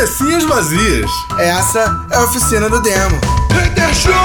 Cabecinhas vazias. Essa é a oficina do demo. Hater Show!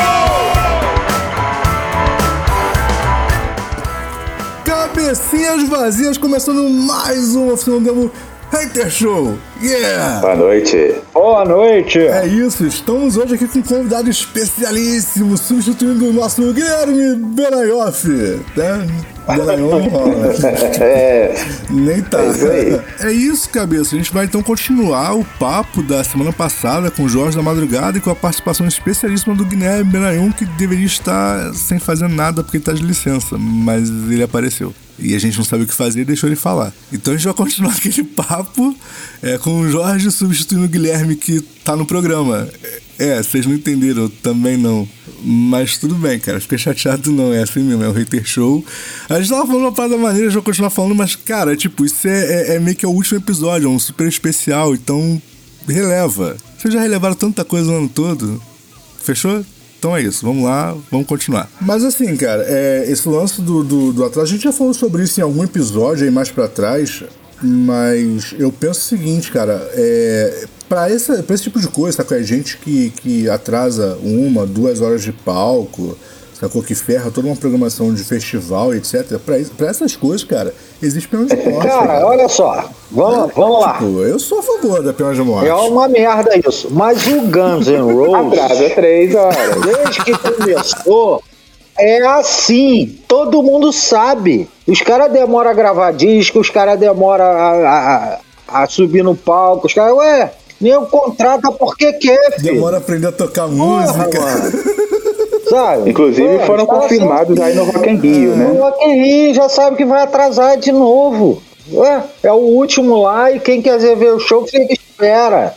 Cabecinhas vazias, começando mais uma oficina do demo. Hater Show! Yeah! Boa noite. Boa noite. É isso, estamos hoje aqui com um convidado especialíssimo, substituindo o nosso Guilherme Benayoff, né? Benayoff não rola. Nem tá. É isso, cabeça. A gente vai então continuar o papo da semana passada com o Jorge da Madrugada e com a participação especialíssima do Guilherme Benayoff, que deveria estar sem fazer nada porque ele tá de licença, mas ele apareceu. E a gente não sabe o que fazer e deixou ele falar. Então a gente vai continuar aquele papo com o Jorge substituindo o Guilherme que tá no programa. Vocês não entenderam, eu também não. Mas tudo bem, cara, fica chateado não, é assim mesmo, é o Hater Show. A gente tava falando uma parada maneira, a gente vai continuar falando, mas cara, tipo, isso é meio que o último episódio, é um super especial, então releva. Vocês já relevaram tanta coisa o ano todo? Fechou? Então é isso, vamos lá, vamos continuar. Mas assim, cara, esse lance do atraso, a gente já falou sobre isso em algum episódio aí mais pra trás, mas eu penso o seguinte, cara, pra esse tipo de coisa, sacou? É gente que atrasa 1, 2 horas de palco, sacou? Que ferra toda uma programação de festival, etc. Pra essas coisas, cara, existe pena de morte. Cara, olha só, vamos lá. Tipo, eu sou a favor da pena de morte. É uma merda isso, mas o Guns N' Roses atrasa 3 horas. Desde que começou, é assim, todo mundo sabe. Os caras demoram a gravar disco, os caras demoram a subir no palco, os caras, nem contrata porque quer, filho. Demora a aprender a tocar música. Sabe? Inclusive foram confirmados aí no Rock in Rio, né? No Rock in Rio já sabe que vai atrasar de novo. É o último lá e quem quiser ver o show fica espera.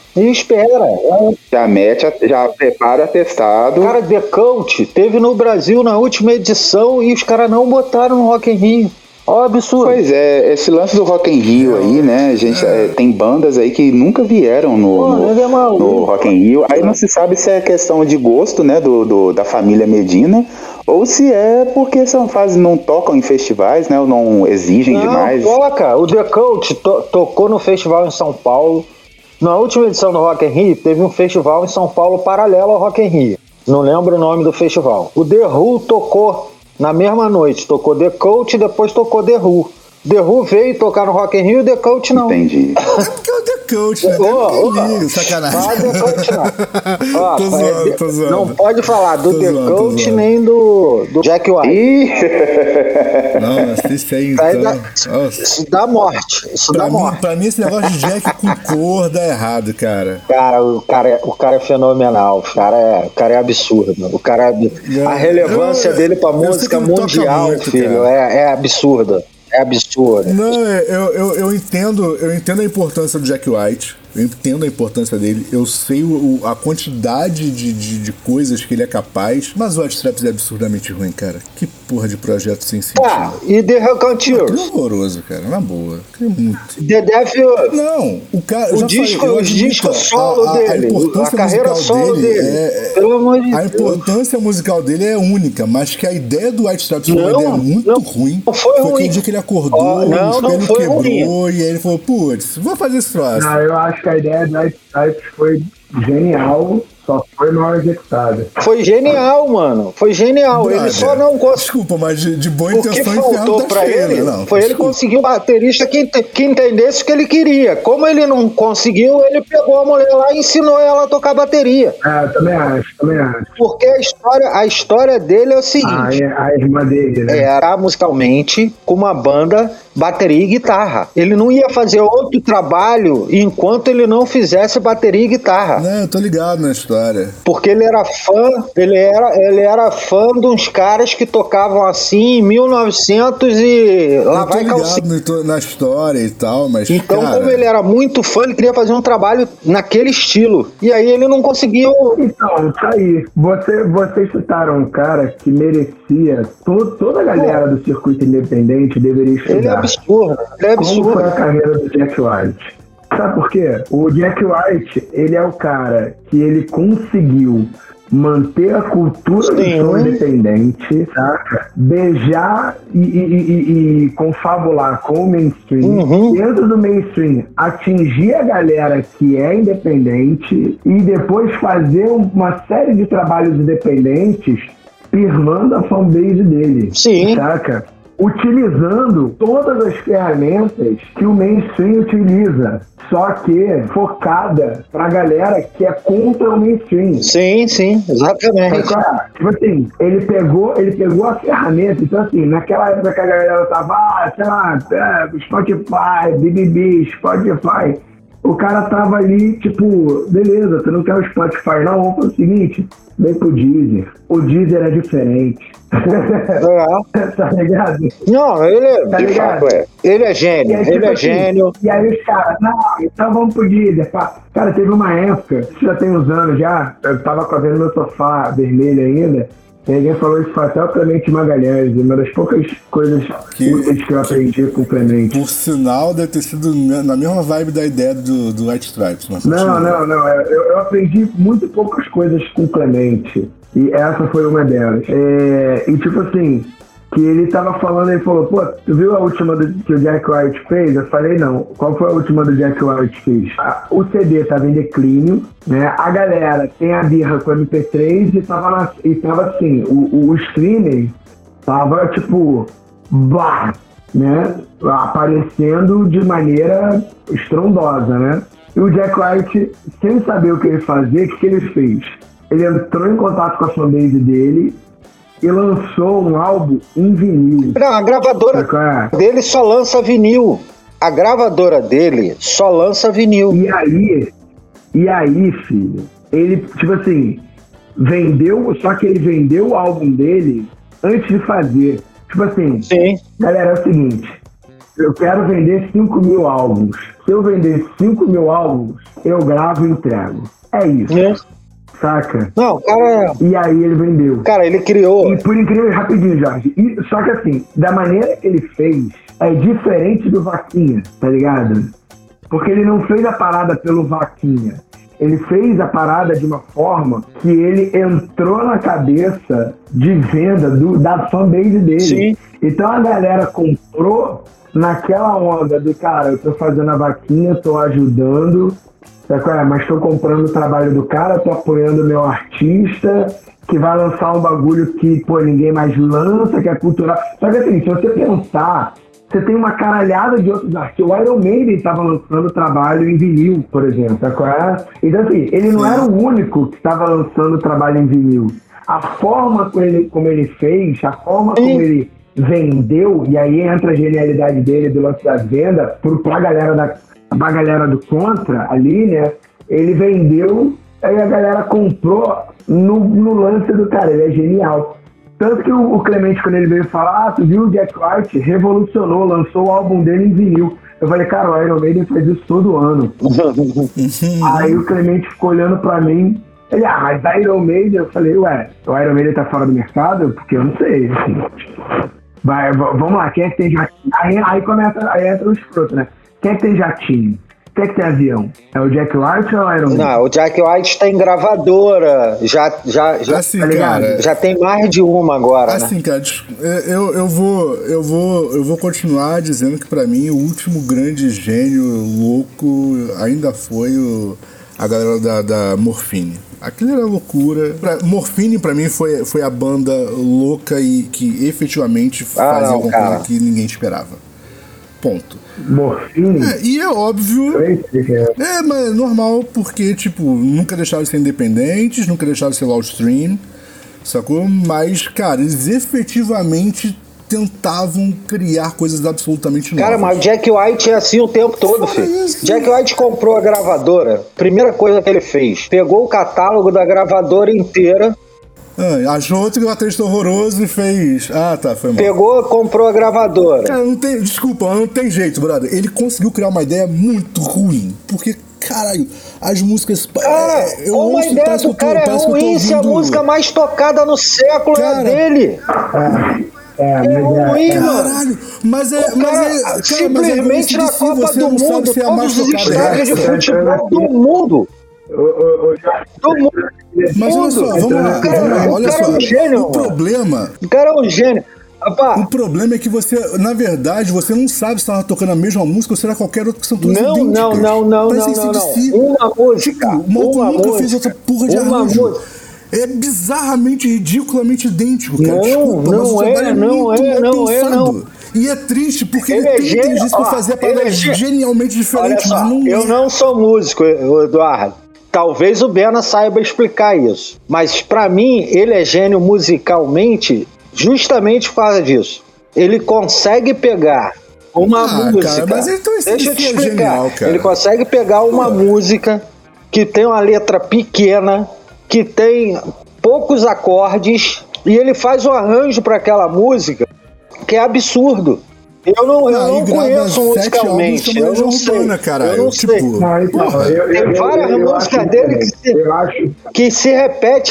Já prepara atestado. Cara, The Cult teve no Brasil na última edição e os caras não botaram no Rock in Rio. Ó, absurdo. Pois é, esse lance do Rock in Rio aí, né, a gente tem bandas aí que nunca vieram no Rock in Rio. Aí não se sabe se é questão de gosto, né, da família Medina, ou se é porque não tocam em festivais, né, ou não exigem demais. Toca, o The Cult tocou no festival em São Paulo. Na última edição do Rock in Rio, teve um festival em São Paulo paralelo ao Rock in Rio. Não lembro o nome do festival. O The Who tocou na mesma noite, tocou The Cult e depois tocou The Who. The Who veio tocar no Rock in Rio e The Cult não. Entendi. Que é o The Cult, né? Sacanagem. Não, The Cult não. Tô zoando. Não pode falar do The Cult nem do Jack White. Nossa, isso aí então. Isso dá morte. Pra mim, esse negócio de Jack com cor dá errado, cara. Cara, o cara é fenomenal. O cara é absurdo. A relevância dele pra música mundial, muito, filho, é absurda. É absurdo. Não, eu entendo a importância do Jack White. Eu entendo a importância dele. Eu sei a quantidade de coisas que ele é capaz. Mas o White Stripes é absurdamente ruim, cara. Que porra de projeto sem sentido. E The Raconteurs? É horroroso, cara. Na boa. É muito. The Devil... Não, o cara... O disco solo dele. A carreira solo dele. Pelo amor de Deus. A importância musical dele é única. Mas que a ideia do White Stripes foi uma ideia muito ruim. Não foi ruim. Aquele dia que ele acordou, o espelho quebrou. Ruim. E aí ele falou, putz, vou fazer esse troço. Não, eu acho que a ideia do White Stripes foi genial, só foi mal executada. Foi genial, mano. Foi genial. Brother, ele só não conseguiu. Desculpa, mas de boa intenção o que faltou pra ele não, foi ele conseguir um baterista que entendesse o que ele queria. Como ele não conseguiu, ele pegou a mulher lá e ensinou ela a tocar bateria. Eu também acho. Porque a história dele é o seguinte. A irmã dele, né? Era musicalmente com uma banda, bateria e guitarra. Ele não ia fazer outro trabalho enquanto ele não fizesse bateria e guitarra. Não, eu tô ligado na história. Porque ele era fã de uns caras que tocavam assim em 1900 e lá vai calcinha. Eu tô ligado na história e tal, mas então, cara... como ele era muito fã, ele queria fazer um trabalho naquele estilo. E aí ele não conseguiu. Então, tá aí. Vocês citaram um cara que merecia... Toda a galera do circuito independente deveria estudar. Ele é absurdo. Como foi a carreira do Jack White? Sabe por quê? O Jack White, ele é o cara que ele conseguiu manter a cultura do som independente, saca? Beijar e confabular com o mainstream. Dentro do mainstream, atingir a galera que é independente e depois fazer uma série de trabalhos independentes firmando a fanbase dele. Sim. Saca? Utilizando todas as ferramentas que o mainstream utiliza, só que focada pra galera que é contra o mainstream. Sim, exatamente. Tipo assim, ele pegou a ferramenta, então assim, naquela época que a galera tava, sei lá, Spotify, BBB, Spotify, o cara tava ali, tipo, beleza, tu não quer o Spotify não, vamos fazer o seguinte, vem pro Deezer. O Deezer é diferente. Tá ligado? Não, ele tá ligado? Ele é gênio, aí, ele é gênio. E aí os caras, não, então vamos pro Deezer. Cara, teve uma época, isso já tem uns anos já, eu tava fazendo meu sofá vermelho ainda, e alguém falou isso foi até o Clemente Magalhães, uma das poucas coisas úteis que eu aprendi com o Clemente. Por sinal, deve ter sido na mesma vibe da ideia do White Stripes. Não. Eu aprendi muito poucas coisas com o Clemente. E essa foi uma delas. E tipo assim, que ele tava falando, ele falou, pô, tu viu a última que o Jack White fez? Eu falei, não. Qual foi a última do Jack White fez? O CD tava em declínio, né? A galera tem a birra com o MP3 e tava assim, o streaming tava tipo, blá, né? Aparecendo de maneira estrondosa, né? E o Jack White, sem saber o que ele fazia, o que ele fez? Ele entrou em contato com a fanbase dele e lançou um álbum em vinil. Não, a gravadora dele só lança vinil. A gravadora dele só lança vinil. E aí, filho, ele, tipo assim, só que ele vendeu o álbum dele antes de fazer. Tipo assim, galera, é o seguinte, eu quero vender 5.000 álbuns. Se eu vender 5.000 álbuns, eu gravo e entrego. É isso. Saca? Não, cara... E aí ele vendeu. Cara, ele criou... E por incrível, rapidinho, Jorge. Só que assim, da maneira que ele fez, é diferente do Vaquinha, tá ligado? Porque ele não fez a parada pelo Vaquinha. Ele fez a parada de uma forma que ele entrou na cabeça de venda da fanbase dele. Sim. Então a galera comprou naquela onda do cara, eu tô fazendo a vaquinha, tô ajudando... Mas estou comprando o trabalho do cara, estou apoiando o meu artista, que vai lançar um bagulho que, pô, ninguém mais lança, que é cultural. Só que assim, se você pensar, você tem uma caralhada de outros artistas. O Iron Maiden estava lançando trabalho em vinil, por exemplo. Então assim, ele não era o único que estava lançando trabalho em vinil. A forma como ele fez, a forma como ele vendeu, e aí entra a genialidade dele do lance da venda, pra galera do Contra ali, né? Ele vendeu, aí a galera comprou no lance do cara, ele é genial. Tanto que o Clemente, quando ele veio falar, tu viu o Jack White, revolucionou, lançou o álbum dele em vinil. Eu falei, cara, o Iron Maiden faz isso todo ano. Aí o Clemente ficou olhando pra mim, ele, mas Iron Maiden, eu falei, ué, o Iron Maiden tá fora do mercado? Porque eu não sei, assim. Vamos lá, quem é que tem jatinho? Aí entra o escroto, né? Quem é que tem jatinho? Quem é que tem avião? É o Jack White ou o Iron Maiden? Não, o Jack White tem gravadora. Já, assim, tá cara, já tem mais de uma agora, assim, né? Cara, eu vou continuar dizendo que pra mim o último grande gênio louco ainda foi a galera da Morphine. Aquilo era loucura. Morphine pra mim foi a banda louca e que efetivamente fazia alguma coisa que ninguém esperava. Ponto. Morphine? E é óbvio. Mas é normal, porque, tipo, nunca deixaram de ser independentes, nunca deixaram de ser loud stream, sacou? Mas, cara, eles efetivamente tentavam criar coisas absolutamente novas. Cara, mas o Jack White é assim o tempo todo, filho. Jack White comprou a gravadora. Primeira coisa que ele fez, pegou o catálogo da gravadora inteira. Achou outro baterista horroroso e fez... foi mal. Pegou, comprou a gravadora. Cara, não tem jeito, brother. Ele conseguiu criar uma ideia muito ruim. Porque, caralho, as músicas... Uma ideia do cara é ruim se a música mais tocada no século é a dele. É ruim, mano. Caralho, mas simplesmente na Copa do Mundo, todos os estádios de futebol do mundo. Mas olha só, vamos lá. Olha só. O problema. O cara é um gênio. Rapaz, o problema é que você, na verdade, você não sabe se estava tocando a mesma música ou se era qualquer outra, que são todas idênticas. Não. Uma música. O Malcolm nunca fez outra porra de arranjo. É bizarramente, ridiculamente idêntico, cara. Desculpa, mas o trabalho é muito mal pensado. E é triste, porque ele tem inteligência pra fazer a parada genialmente diferente, mas não eu não sou músico, Eduardo. Talvez o Bena saiba explicar isso. Mas pra mim, ele é gênio musicalmente justamente por causa disso. Ele consegue pegar uma música... Cara, mas então deixa eu te explicar. Genial, cara. Ele consegue pegar uma música que tem uma letra pequena, que tem poucos acordes, e ele faz o arranjo para aquela música que é absurdo. Eu não conheço musicalmente, eu não sei. Eu não sei. Tem várias músicas dele que se repete,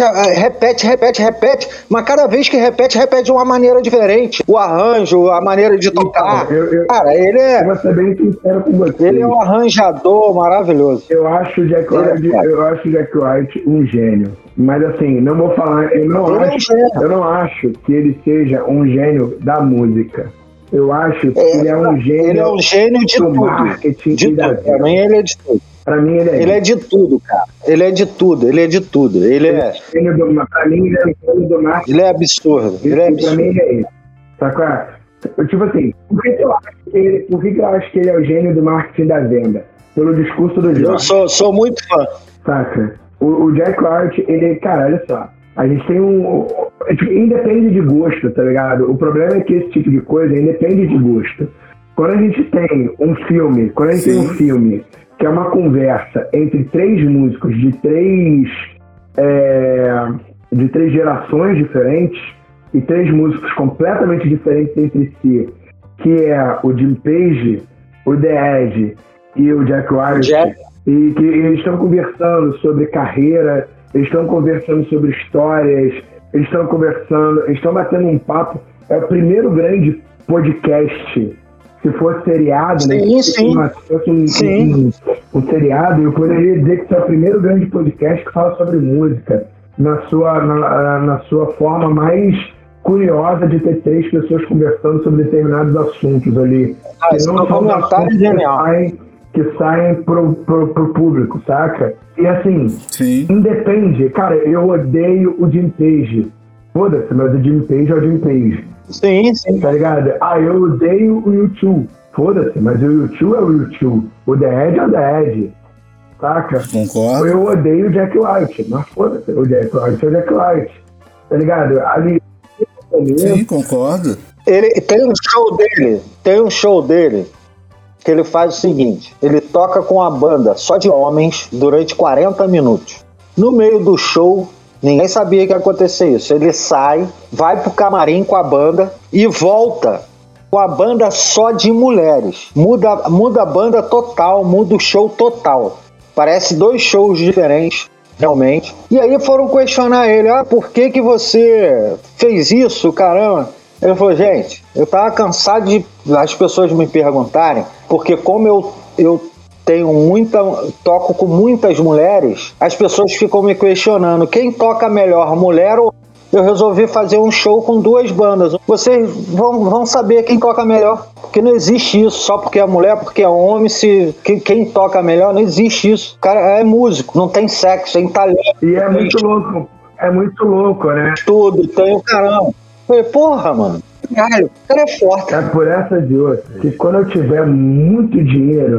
mas cada vez que repete de uma maneira diferente. O arranjo, a maneira de tocar. Cara, ele é... Eu vou ser bem sincero com você. Ele é um arranjador maravilhoso. Eu acho o Jack White um gênio. Mas assim, não vou falar... Eu não acho que ele seja um gênio da música. Eu acho que ele é um gênio. Ele é um gênio de tudo. Marketing de tudo. Pra mim, ele é de tudo. Pra mim, ele é de tudo, cara. Ele é de tudo. Ele é pra mim, ele é o gênio do marketing. Ele é absurdo. Pra mim, ele é isso. Saca? Tipo assim, por que eu acho que ele é o gênio do marketing da venda? Pelo discurso do Jorge. Eu sou muito fã. Saca? O Jack White, ele, cara, olha só. A gente tem independe de gosto, tá ligado? O problema é que esse tipo de coisa independe de gosto. Quando a gente tem um filme, que é uma conversa entre três músicos de três gerações diferentes e três músicos completamente diferentes entre si, que é o Jim Page, o The Edge e o Jack White, e que eles estão conversando sobre carreira, eles estão conversando sobre histórias, eles estão batendo um papo. É o primeiro grande podcast. Se fosse seriado, né? Se fosse um seriado, eu poderia dizer que é o primeiro grande podcast que fala sobre música, na sua forma mais curiosa de ter três pessoas conversando sobre determinados assuntos ali. Que não são assuntos que saem pro público, saca? E assim, independe. Cara, eu odeio o Jim Page. Foda-se, mas o Jim Page é o Jim Page. Sim. Tá ligado? Eu odeio o U2. Foda-se, mas o U2 é o U2. O The Edge é o The Edge. Saca? Concordo. Eu odeio o Jack White, mas foda-se, o Jack White é o Jack White. Tá ligado? Ali... Sim, concordo. Ele tem um show dele que ele faz o seguinte: ele toca com a banda só de homens durante 40 minutos. No meio do show, ninguém sabia que ia acontecer isso. Ele sai, vai pro camarim com a banda e volta com a banda só de mulheres. Muda a banda total, muda o show total. Parece dois shows diferentes, realmente. E aí foram questionar ele: por que você fez isso, caramba? Ele falou: gente, eu tava cansado de as pessoas me perguntarem, porque como eu toco com muitas mulheres, as pessoas ficam me questionando quem toca melhor, mulher ou... Eu resolvi fazer um show com duas bandas. Vocês vão saber quem toca melhor, porque não existe isso, só porque é mulher, porque é homem, quem toca melhor, não existe isso. O cara é músico, não tem sexo, tem talento. E é muito louco, né? Tudo, tem o caramba. Falei, porra, mano, caralho, o cara é forte. É por essa de outra, que quando eu tiver muito dinheiro,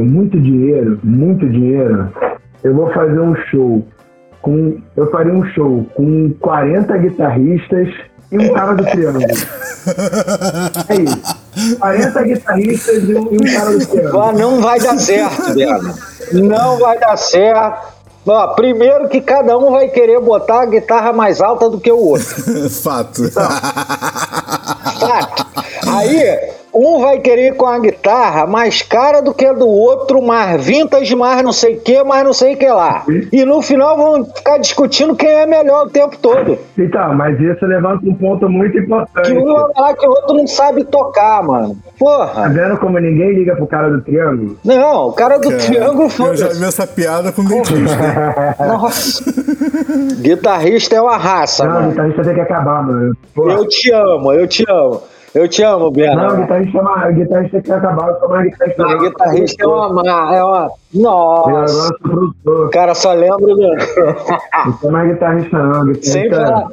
eu vou fazer um show eu faria um show com 40 guitarristas e um cara do triângulo. É isso. 40 guitarristas e um cara do triângulo. Não vai dar certo, Bela. Não vai dar certo. Primeiro que cada um vai querer botar a guitarra mais alta do que o outro. Fato. Fato. Aí, um vai querer ir com a guitarra mais cara do que a do outro, mais vintage, mais não sei o que, mais não sei o que lá. E no final vão ficar discutindo quem é melhor o tempo todo. Então, mas isso levanta um ponto muito importante. Que um vai falar que o outro não sabe tocar, mano. Porra. Tá vendo como ninguém liga pro cara do triângulo? Não, o cara do triângulo foi. Eu já vi essa piada com dentista. Nossa. Guitarrista é uma raça, Não, mano. guitarrista tem que acabar, mano. Pô. Eu te amo, Bernardo. Não, guitarrista tem que acabar. Eu sou mais guitarrista. Não, guitarrista é uma. Nossa. Eu agora sou produtor. O cara só lembra do. Não sou mais guitarrista, não. Guitarrista...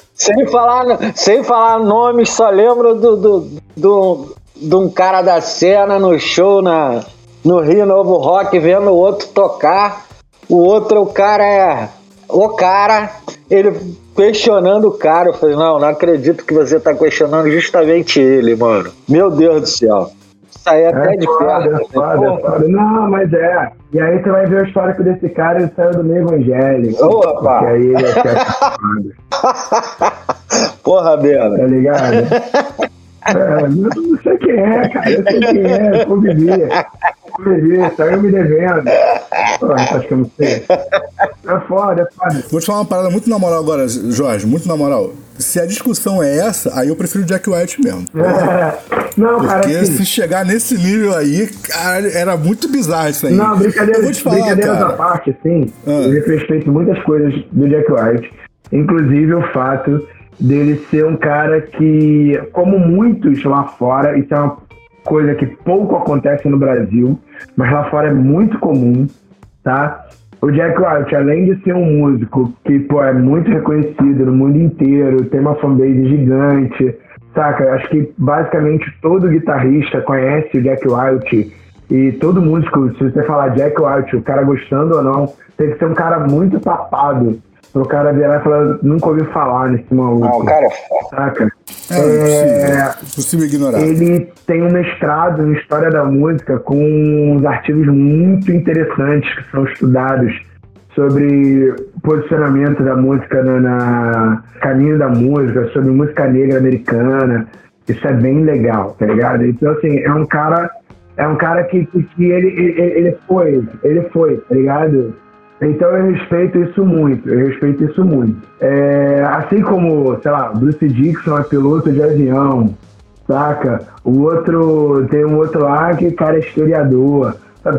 Sem falar nomes, só lembro de um cara da cena no show no Rio Novo Rock, vendo o outro tocar. O cara, ele questionando o cara. Eu falei, não acredito que você tá questionando justamente ele, mano. Meu Deus do céu. Isso aí é até de perto. É foda. Não, mas é. E aí você vai ver o histórico desse cara, ele saiu do meio evangélico. Opa! Porque aí ele é foda. Porra, Bela. Tá ligado? Eu não sei quem é, cara. Eu sei quem é, convivi, saiu me devendo. Pô, acho que eu não sei. É foda. Vou te falar uma parada muito na moral agora, Jorge, muito na moral. Se a discussão é essa, aí eu prefiro o Jack White mesmo. Não, cara. Porque assim, se chegar nesse nível aí, cara, era muito bizarro isso aí. Não, brincadeiras cara. à parte, assim, eu respeito muitas coisas do Jack White, inclusive o fato dele ser um cara que, como muitos lá fora, isso é uma coisa que pouco acontece no Brasil, mas lá fora é muito comum, tá? O Jack White, além de ser um músico que, pô, é muito reconhecido no mundo inteiro, tem uma fanbase gigante, saca? Acho que basicamente todo guitarrista conhece o Jack White, e todo músico, se você falar Jack White, o cara gostando ou não, tem que ser um cara muito tapado pro cara virar e falar, nunca ouvi falar nesse maluco. Não, o cara é foda. Saca? É possível ignorar. Ele tem um mestrado em História da Música com uns artigos muito interessantes que são estudados sobre posicionamento da música na caminho da música, sobre música negra americana. Isso é bem legal, tá ligado? Então, assim, é um cara que ele foi, tá ligado? Então eu respeito isso muito. Assim como, sei lá, Bruce Dickinson é piloto de avião, saca? Tem um outro lá que, cara, é historiador. Sabe?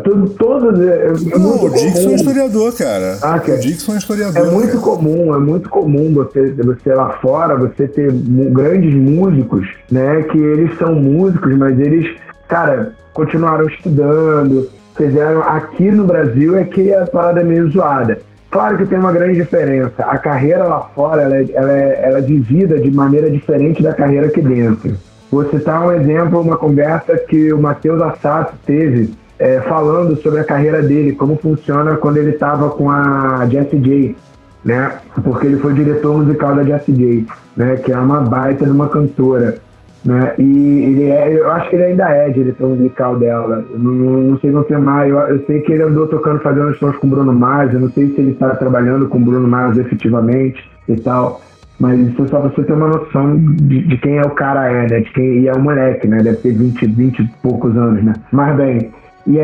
O Dickinson é historiador, cara. Saca? O Dickinson é historiador. É muito comum você lá fora, você ter grandes músicos, né? Que eles são músicos, mas eles, cara, continuaram estudando. Fizeram aqui no Brasil é que a parada é meio zoada. Claro que tem uma grande diferença. A carreira lá fora ela é vivida de maneira diferente da carreira aqui dentro. Vou citar um exemplo, uma conversa que o Matheus Assato teve falando sobre a carreira dele, como funciona quando ele estava com a Jessie J, né? Porque ele foi diretor musical da Jessie J, né? Que é uma baita de uma cantora. Né? E eu acho que ele ainda é diretor musical dela. Eu não sei confirmar. Eu sei que ele andou fazendo sons com o Bruno Mars. Eu não sei se ele está trabalhando com o Bruno Mars efetivamente e tal. Mas isso é só pra você ter uma noção de quem é o cara, né? E é um moleque, né? Deve ter 20 e poucos anos, né? Mas bem, e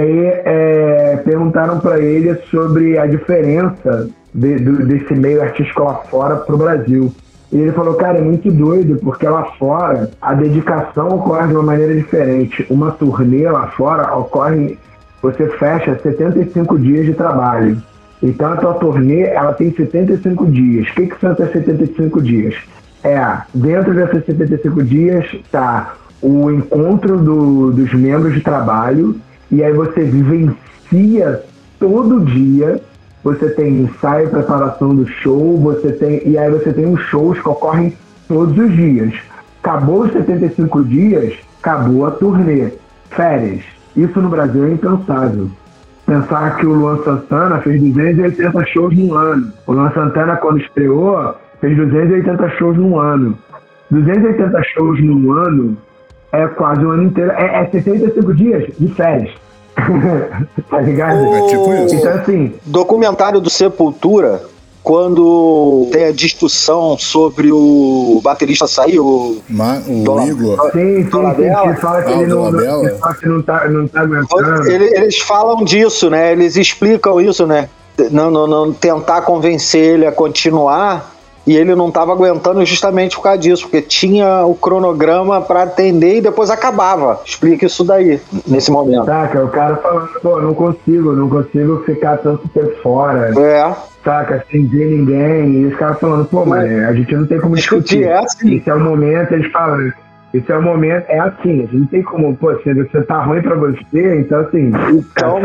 aí perguntaram pra ele sobre a diferença desse meio artístico lá fora pro Brasil. E ele falou, cara, é muito doido, porque lá fora a dedicação ocorre de uma maneira diferente. Uma turnê lá fora você fecha 75 dias de trabalho. Então a tua turnê, ela tem 75 dias. O que são esses 75 dias? Dentro desses 75 dias tá o encontro dos membros de trabalho, e aí você vivencia todo dia. Você tem ensaio, preparação do show, e aí você tem os shows que ocorrem todos os dias. Acabou os 75 dias, acabou a turnê. Férias. Isso no Brasil é impensável. Pensar que o Luan Santana fez 280 shows num ano. O Luan Santana, quando estreou, fez 280 shows num ano. 280 shows num ano é quase um ano inteiro. É 75 dias de férias. Tá ligado? É tipo isso. Então, assim, documentário do Sepultura quando tem a discussão sobre o baterista sair, o Igor. Sim, que fala que ele não tá aguentando. Eles falam disso, né? Eles explicam isso, né? Não tentar convencer ele a continuar, e ele não estava aguentando justamente por causa disso, porque tinha o cronograma para atender e depois acabava. Explica isso daí, nesse momento. Saca, o cara falando, pô, não consigo ficar tanto tempo fora. Saca, sem ver ninguém. E os caras falando, pô, mas a gente não tem como discutir. Assim. Esse é o momento, eles falam, esse é o momento, é assim, a gente não tem como, pô, se você tá ruim pra você, então assim, então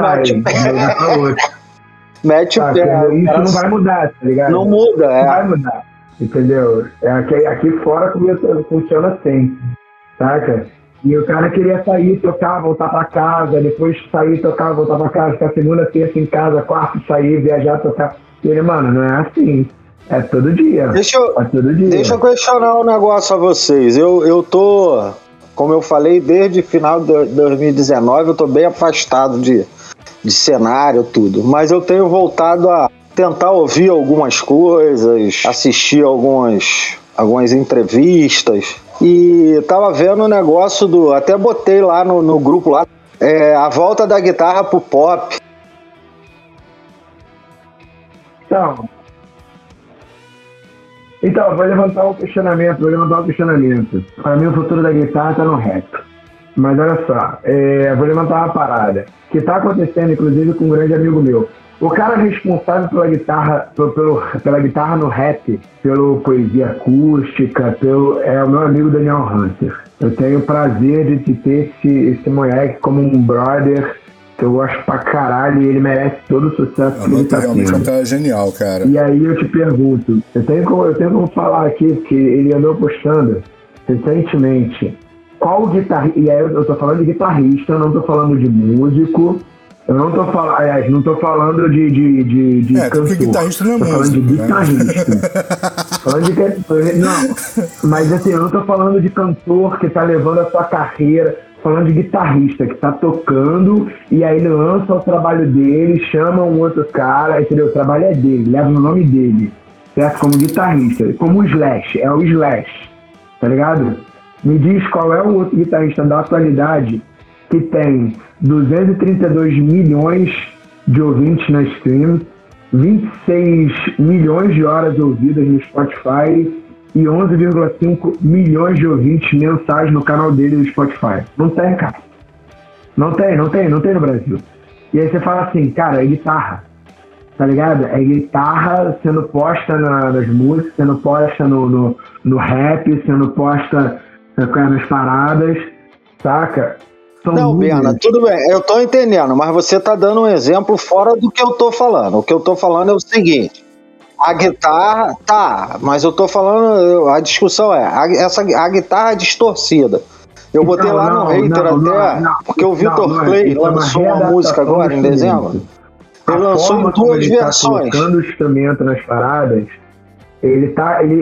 mete o pé. Isso não vai mudar, tá ligado? Não muda, Não vai mudar, entendeu? Aqui fora funciona assim, saca? E o cara queria sair, tocar, voltar pra casa, depois sair, tocar, voltar pra casa, ficar segunda, terça em casa, quarta, sair, viajar, tocar. E ele, mano, não é assim. É todo dia. Deixa eu questionar um negócio a vocês. Eu tô, como eu falei, desde final de 2019, eu tô bem afastado de cenário, tudo. Mas eu tenho voltado a tentar ouvir algumas coisas, assistir algumas entrevistas. E tava vendo o negócio até botei lá no grupo lá, a volta da guitarra pro pop. Então, vou levantar um questionamento. Para mim, o futuro da guitarra tá no rap. Mas olha só, vou levantar uma parada que tá acontecendo, inclusive, com um grande amigo meu. O cara responsável pela guitarra no rap, pela poesia acústica, é o meu amigo Daniel Hunter. Eu tenho o prazer de ter esse moleque como um brother que eu gosto pra caralho, e ele merece todo o sucesso que ele tá realmente tendo. É genial, cara. E aí eu te pergunto, eu tenho como falar aqui, porque ele andou postando recentemente, qual guitarrista, e aí eu tô falando de guitarrista, eu não tô falando de músico, eu não tô falando, aliás, não tô falando de cantor. Porque guitarrista não é músico, falando de guitarrista. Não, mas assim, eu não tô falando de cantor que tá levando a sua carreira, falando de guitarrista que tá tocando e aí ele lança o trabalho dele, chama um outro cara, entendeu? O trabalho é dele, leva o nome dele, certo? Como guitarrista, como o Slash, é o Slash, tá ligado? Me diz qual é o outro guitarrista da atualidade que tem 232 milhões de ouvintes na stream, 26 milhões de horas ouvidas no Spotify e 11,5 milhões de ouvintes mensais no canal dele no Spotify. Não tem, cara. Não tem no Brasil. E aí você fala assim, cara, é guitarra, tá ligado? É guitarra sendo posta nas músicas, sendo posta no rap, sendo posta nas paradas, saca? Não, Bena, tudo bem, eu tô entendendo, mas você tá dando um exemplo fora do que eu tô falando. O que eu tô falando é o seguinte, a guitarra, tá, mas eu tô falando, a discussão a guitarra distorcida. Eu botei lá no Hater até, porque o Vitor Clay lançou uma música agora em dezembro. Ele lançou em duas versões. Colocando o instrumento nas paradas, ele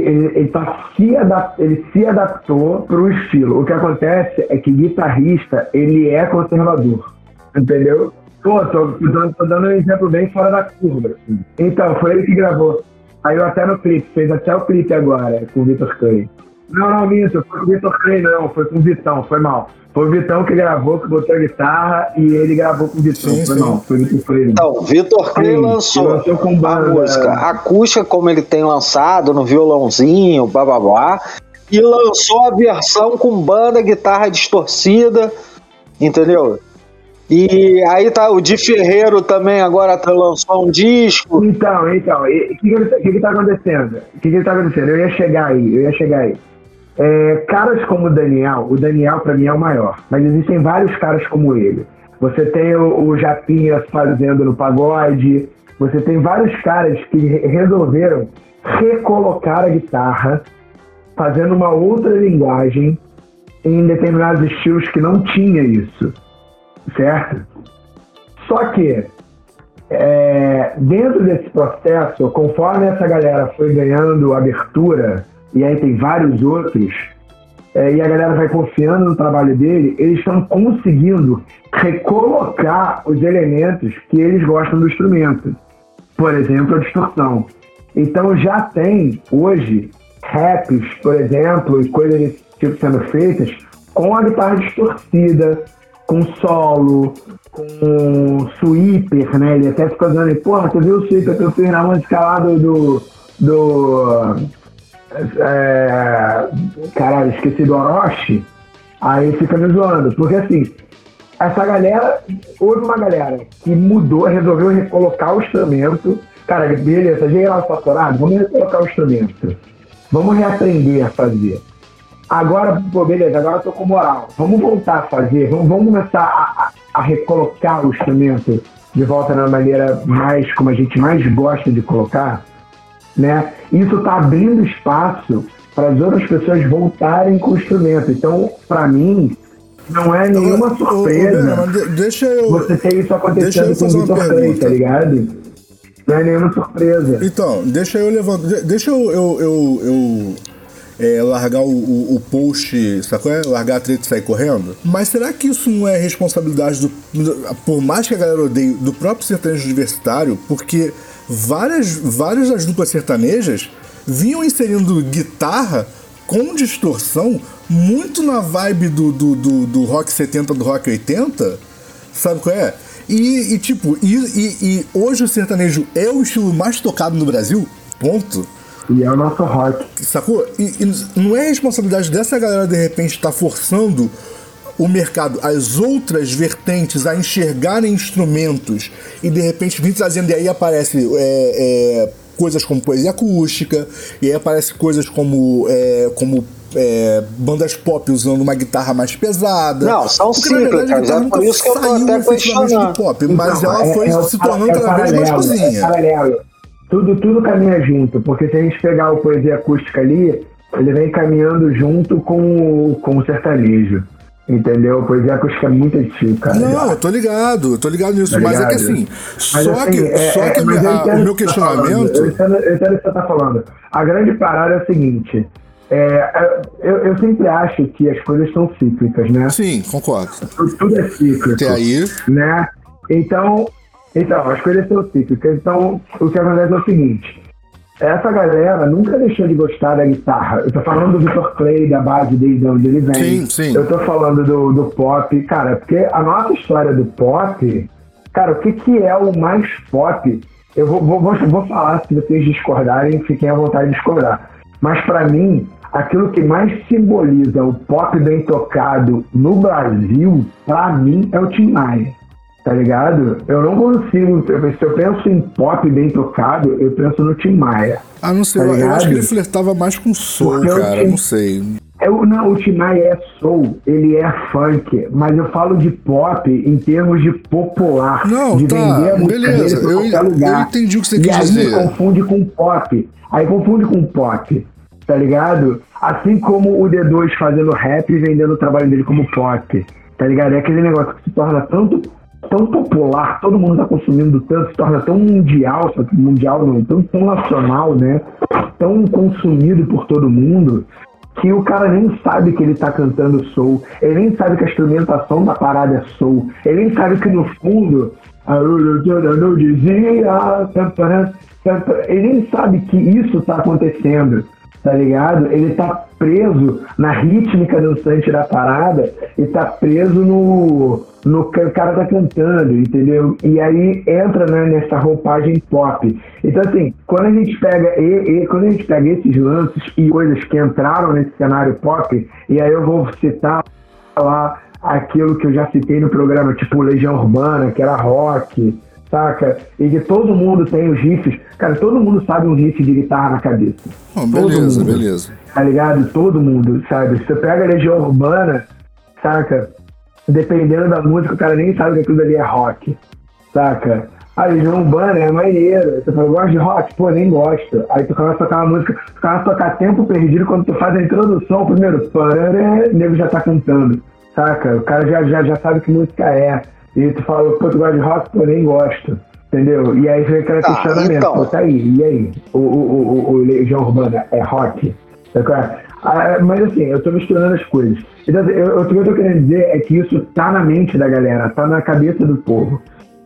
se adaptou pro estilo. O que acontece é que guitarrista, ele é conservador, entendeu? Pô, tô dando um exemplo bem fora da curva. Assim. Então, foi ele que gravou. Saiu até no clipe, fez até o clipe agora, com o Vitor Clay. Não, minto, foi com o Vitor Clay não, foi com o Vitão, foi mal. Foi o Vitão que gravou, que botou a guitarra e ele gravou com o Vitão, mal, foi o Vitor Clay. Então, o Vitor Clay lançou com a música acústica, como ele tem lançado, no violãozinho, blá, e lançou a versão com banda, guitarra distorcida, entendeu? E aí tá o Di Ferreiro também agora lançou um disco. Então, o que tá acontecendo? Eu ia chegar aí. Caras como o Daniel pra mim é o maior, mas existem vários caras como ele. Você tem o Japinha fazendo no pagode, você tem vários caras que resolveram recolocar a guitarra, fazendo uma outra linguagem em determinados estilos que não tinha isso. Certo? Só que dentro desse processo, conforme essa galera foi ganhando abertura, e aí tem vários outros, e a galera vai confiando no trabalho dele, eles estão conseguindo recolocar os elementos que eles gostam do instrumento. Por exemplo, a distorção. Então já tem hoje raps, por exemplo, e coisas desse tipo sendo feitas com a guitarra distorcida, com solo, com sweeper, né? Ele até fica dizendo, porra, tu viu o sweeper que eu fiz na música lá caralho, esqueci do Orochi. Aí fica me zoando, porque assim, essa galera, houve uma galera que mudou, resolveu recolocar o instrumento. Cara, beleza, geral saturado, vamos recolocar o instrumento. Vamos reaprender a fazer. Agora, pô, beleza, agora eu tô com moral. Vamos voltar a fazer, vamos começar a recolocar o instrumento de volta na maneira mais, como a gente mais gosta de colocar, né? Isso tá abrindo espaço para as outras pessoas voltarem com o instrumento. Então, para mim, não é nenhuma surpresa você ter isso acontecendo com o Vitor Clay, tá ligado? Não é nenhuma surpresa. Então, deixa eu largar o post, sacou? Largar a treta e sair correndo. Mas será que isso não é responsabilidade por mais que a galera odeie, do próprio sertanejo universitário? Porque várias das duplas sertanejas vinham inserindo guitarra com distorção muito na vibe do rock 70, do rock 80, sabe qual é? E hoje o sertanejo é o estilo mais tocado no Brasil, ponto. E é o nosso rock. Sacou? E não é responsabilidade dessa galera de repente estar forçando o mercado, as outras vertentes a enxergarem instrumentos e de repente vir trazendo, e aí aparece coisas como poesia acústica, e aí aparece coisas como bandas pop usando uma guitarra mais pesada. Não, são cíclicas, é por isso que eu tô até questionando. Pop, mas ela foi se tornando cada vez mais cozinha. Tudo caminha junto, porque se a gente pegar o poesia acústica ali, ele vem caminhando junto com o sertanejo. Entendeu? Poesia acústica é muito antigo, cara. Não, eu tô ligado nisso, tá, mas é que assim, o meu questionamento. Eu entendo o que você tá falando. A grande parada é o seguinte. Eu sempre acho que as coisas são cíclicas, né? Sim, concordo. Tudo é cíclico. Até aí. Né? Então, as coisas são cíclicas. Então, o que acontece é o seguinte. Essa galera nunca deixou de gostar da guitarra. Eu tô falando do Vitor Clay, da base dele, de onde ele vem. Sim, sim. Eu tô falando do pop. Cara, porque a nossa história do pop... Cara, o que é o mais pop? Eu vou falar, se vocês discordarem, fiquem à vontade de discordar. Mas pra mim, aquilo que mais simboliza o pop bem tocado no Brasil, pra mim, é o Tim Maia. Tá ligado? Eu não consigo... Se eu penso em pop bem tocado, eu penso no Tim Maia. Ah, não sei. Tá, eu acho que ele flertava mais com soul, cara. Não sei. Não, o Tim Maia é soul. Ele é funk. Mas eu falo de pop em termos de popular. Não, de tá. Vender a música Beleza. Dele pra qualquer lugar. Eu entendi o que você quis dizer. E aí confunde com pop. Tá ligado? Assim como o D2 fazendo rap e vendendo o trabalho dele como pop. Tá ligado? É aquele negócio que se torna tão popular, todo mundo tá consumindo tanto, se torna tão mundial, só que mundial não, tão nacional, né? Tão consumido por todo mundo, que o cara nem sabe que ele tá cantando soul, ele nem sabe que a instrumentação da parada é soul, ele nem sabe que no fundo ele nem sabe que isso tá acontecendo, tá ligado? Ele tá preso na rítmica dançante da parada e tá preso no que o cara tá cantando, entendeu? E aí entra, né, nessa roupagem pop. Então, assim, quando a gente pega esses lances e coisas que entraram nesse cenário pop, e aí eu vou citar lá aquilo que eu já citei no programa, tipo Legião Urbana, que era rock, saca? E que todo mundo tem os riffs. Cara, todo mundo sabe um riff de guitarra na cabeça. Beleza. Tá ligado? Todo mundo, sabe? Se você pega a Legião Urbana, saca? Dependendo da música, o cara nem sabe que aquilo ali é rock, saca? A Legião Urbana é maneira. Você fala, gosta de rock? Pô, nem gosto. Aí tu começa a tocar uma música, tu começa a tocar Tempo Perdido, quando tu faz a introdução, primeiro, o nego já tá cantando, saca? O cara já sabe que música é. E tu fala, pô, tu gosta de rock? Pô, nem gosto. Entendeu? E aí vem aquele questionamento. Então... Pô, tá aí, e aí? O Legião Urbana é rock? Mas assim, eu tô misturando as coisas. Então, o que eu tô querendo dizer é que isso tá na mente da galera, tá na cabeça do povo.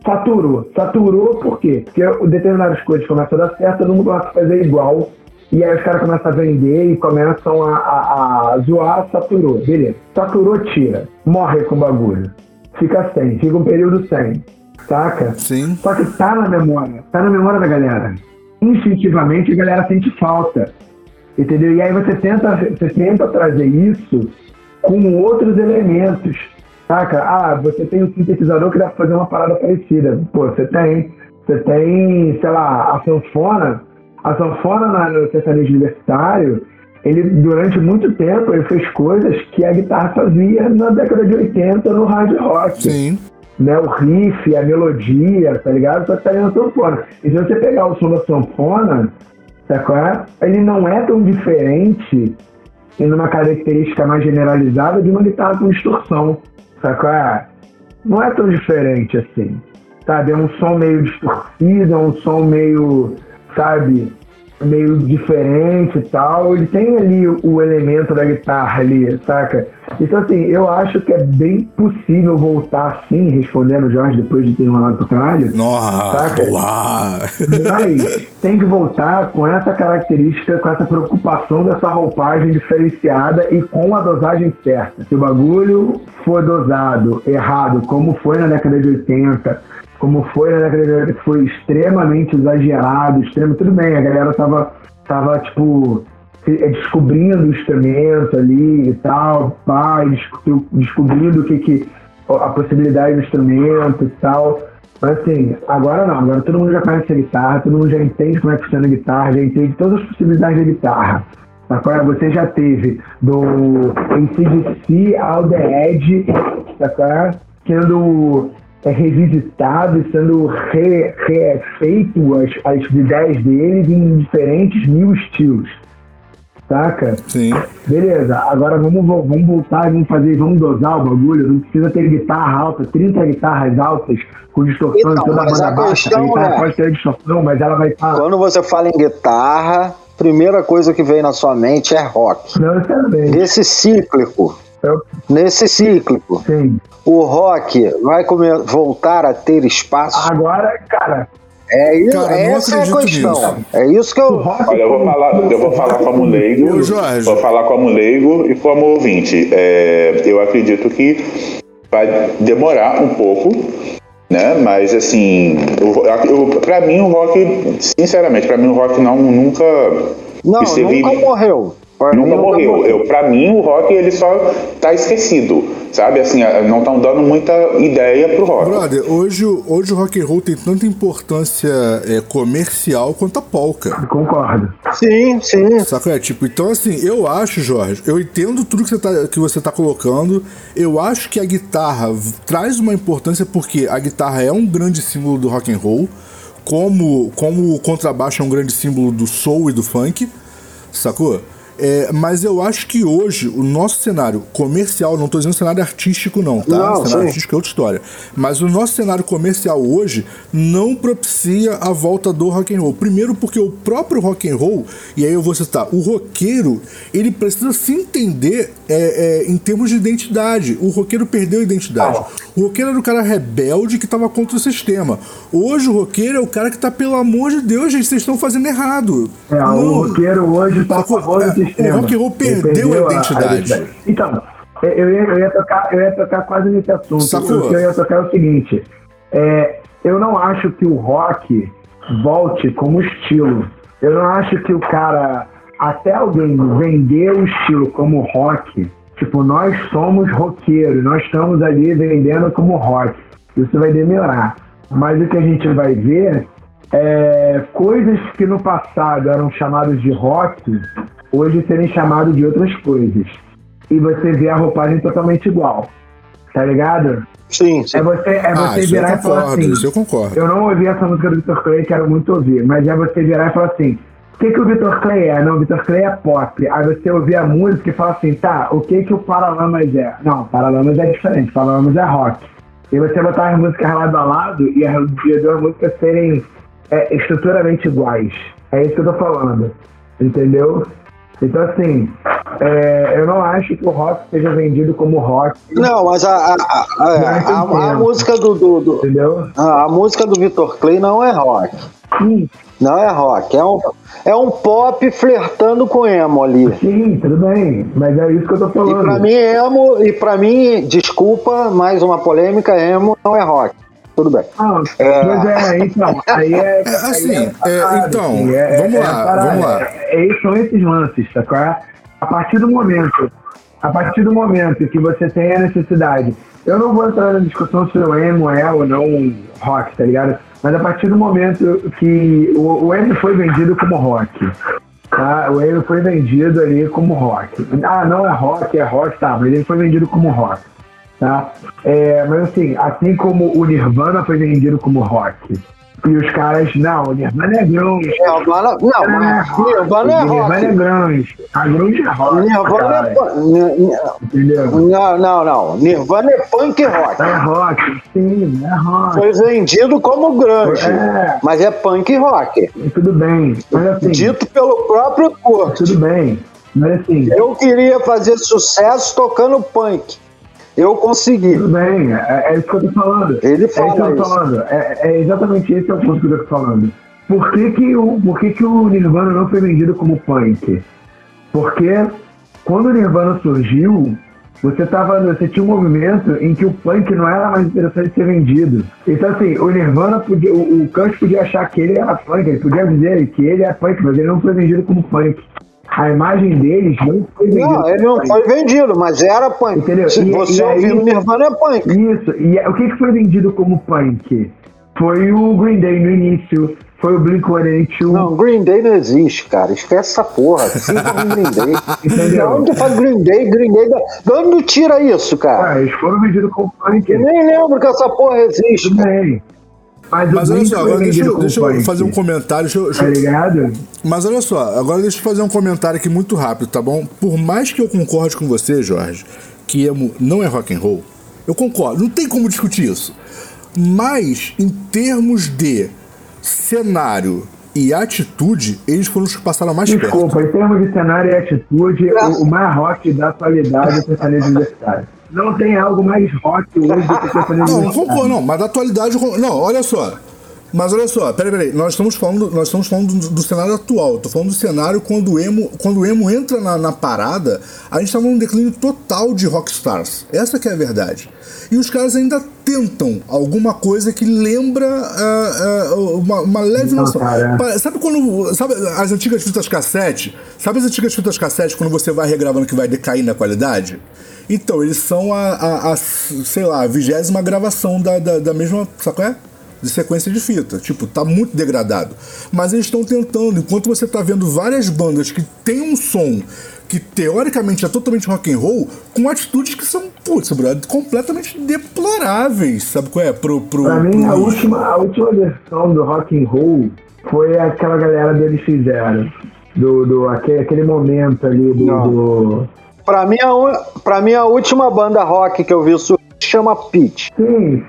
Saturou por quê? Porque determinadas coisas começam a dar certo, todo mundo começa a fazer igual. E aí os caras começam a vender e começam a zoar, saturou. Beleza. Saturou, tira. Morre com o bagulho. Fica sem. Fica um período sem. Saca? Sim. Só que tá na memória da galera. Instintivamente a galera sente falta. Entendeu? E aí você tenta trazer isso com outros elementos. Saca? Você tem um sintetizador que dá pra fazer uma parada parecida. Pô, você tem, sei lá, a sanfona. A sanfona no sertanejo universitário, ele durante muito tempo ele fez coisas que a guitarra fazia na década de 80 no hard rock. Sim. Né, o riff, a melodia, tá ligado? Só que tá ali na sanfona. E se você pegar o som da sanfona, sabe, ele não é tão diferente em uma característica mais generalizada de uma guitarra com distorção. Sabe? Não é tão diferente assim. Sabe? É um som meio distorcido, é um som meio... sabe, meio diferente e tal, ele tem ali o elemento da guitarra ali, saca? Então assim, eu acho que é bem possível voltar assim, respondendo o Jorge depois de ter enrolado pro caralho. Nossa, mas tem que voltar com essa característica, com essa preocupação dessa roupagem diferenciada e com a dosagem certa. Se o bagulho for dosado errado, como foi na década de 80, como foi na década de 80, que foi extremamente exagerado, tudo bem, a galera tava tipo, descobrindo o instrumento ali e tal, descobrindo a possibilidade do instrumento e tal. Mas assim, agora não, agora todo mundo já conhece a guitarra, todo mundo já entende como é que funciona a guitarra, já entende todas as possibilidades da guitarra. Agora você já teve do AC/DC ao The Edge, sendo revisitado e sendo refeito as ideias deles em diferentes mil estilos, saca? Sim. Beleza, agora vamos voltar e vamos dosar o bagulho, não precisa ter guitarra alta, 30 guitarras altas com distorção então, e toda a banda baixa, a guitarra pode ter distorção, mas ela vai estar... Quando você fala em guitarra, primeira coisa que vem na sua mente é rock. Não, necessariamente. Nesse cíclico, sim. O rock vai voltar a ter espaço? Agora, cara... essa é a questão. Nisso. É isso que eu... Olha, eu vou falar como leigo. Vou falar como leigo e como ouvinte. Eu acredito que vai demorar um pouco, né? Mas assim, pra mim o rock, sinceramente, nunca morreu. Nunca morreu. Pra mim o rock ele só tá esquecido, sabe? Assim, não estão dando muita ideia pro rock. Brother, hoje o rock and roll tem tanta importância comercial quanto a polka. Concordo. Sim. Saca? Então assim, eu acho, Jorge, eu entendo tudo que você tá colocando, eu acho que a guitarra traz uma importância porque a guitarra é um grande símbolo do rock and roll, como o contrabaixo é um grande símbolo do soul e do funk, sacou? Mas eu acho que hoje o nosso cenário comercial, não estou dizendo cenário artístico não, tá? Não, cenário artístico é outra história. Mas o nosso cenário comercial hoje não propicia a volta do rock and roll. Primeiro porque o próprio rock and roll, e aí eu vou citar, o roqueiro, ele precisa se entender em termos de identidade. O roqueiro perdeu a identidade. O roqueiro era o cara rebelde que estava contra o sistema. Hoje o roqueiro é o cara que está, pelo amor de Deus, gente, vocês estão fazendo errado. O roqueiro hoje está a favor do sistema. O rock and roll perdeu a identidade. Então, eu ia tocar quase nesse assunto. Sacou? O que eu ia tocar é o seguinte: eu não acho que o rock volte como estilo. Eu não acho que o cara, até alguém vender o estilo como rock, tipo, nós somos roqueiros, nós estamos ali vendendo como rock. Isso vai demorar. Mas o que a gente vai ver coisas que no passado eram chamadas de rock, hoje serem chamadas de outras coisas. E você vê a roupagem totalmente igual. Tá ligado? Sim. É você virar e falar assim... Isso eu concordo. Eu não ouvi essa música do Vitor Clay, quero muito ouvir. Mas é você virar e falar assim... O que o Vitor Clay é? Não, o Vitor Clay é pop. Aí você ouvir a música e falar assim... Tá, o que o Paralamas é? Não, Paralamas é diferente. Paralamas é rock. E você botar as músicas lado a lado e as duas músicas serem estruturalmente iguais. É isso que eu tô falando. Entendeu? Então, assim, eu não acho que o rock seja vendido como rock. Não, mas a música do entendeu? A música do Vitor Clay não é rock. Sim. Não é rock, é um pop flertando com emo ali. Sim, tudo bem, mas é isso que eu tô falando. E pra mim, desculpa, mais uma polêmica, emo não é rock. Tudo bem. Mas então, aí vamos lá. São esses lances, tá claro? A partir do momento que você tem a necessidade, eu não vou entrar na discussão se o emo é ou não rock, tá ligado? Mas a partir do momento que o emo foi vendido como rock, tá? O emo foi vendido ali como rock. Não é rock, tá, mas ele foi vendido como rock. Tá? Mas assim como o Nirvana foi vendido como rock, e os caras, o Nirvana é grunge. Nirvana é rock. Nirvana é grunge. A grunge é rock. Nirvana entendeu? Não. Nirvana é punk rock. É rock, sim, é rock. Foi vendido como grunge, mas é punk rock. Tudo bem, mas assim... Dito pelo próprio Kurt. Tudo bem, mas assim... Eu queria fazer sucesso tocando punk. Eu consegui. Tudo bem, é isso que eu tô falando. Ele fala isso. É exatamente esse é o ponto que eu tô falando. Por que o Nirvana não foi vendido como punk? Porque quando o Nirvana surgiu, você tinha um movimento em que o punk não era mais interessante de ser vendido. Então assim, o Nirvana o Kurt podia achar que ele era punk, ele podia dizer que ele é punk, mas ele não foi vendido como punk. A imagem deles não foi vendida. Não, ele não foi vendido, mas era punk. Entendeu? Se você ouvir o Nirvana, é punk. Isso. E o que foi vendido como punk? Foi o Green Day no início, foi o Blink-182. Não, Green Day não existe, cara. Esquece essa porra. Fica com Green Day. Entendeu? De onde faz Green Day? De onde tira isso, cara? Eles foram vendidos como punk. Eu nem lembro que essa porra existe. Bem. Mas olha só, agora deixa eu fazer um comentário. Tá ligado? Mas olha só, agora deixa eu fazer um comentário aqui muito rápido, tá bom? Por mais que eu concorde com você, Jorge, que emo não é rock and roll, eu concordo, não tem como discutir isso. Mas, em termos de cenário e atitude, eles foram os que passaram mais perto. Desculpa, em termos de cenário e atitude, o mais rock da atualidade é o sertanejo universitário. Não tem algo mais rock hoje do que o sertanejo universitário. Não concordo, não, mas da atualidade... Não, olha só. Mas olha só, peraí, nós estamos falando do cenário atual. Tô falando do cenário quando o emo entra na parada, a gente tava num declínio total de rockstars. Essa que é a verdade. E os caras ainda tentam alguma coisa que lembra uma leve noção. Sabe as antigas fitas cassete? Sabe as antigas fitas cassete quando você vai regravando que vai decair na qualidade? Então, eles são sei lá, a 20ª gravação da mesma, sabe qual é? De sequência de fita, tipo, tá muito degradado, mas eles estão tentando, enquanto você tá vendo várias bandas que tem um som que teoricamente é totalmente rock and roll, com atitudes que são, completamente deploráveis, sabe qual é? Pra mim, a última versão do rock and roll foi aquela galera deles fizeram, aquele momento ali do... Pra mim, a última banda rock que eu vi chama Pitch. Sim,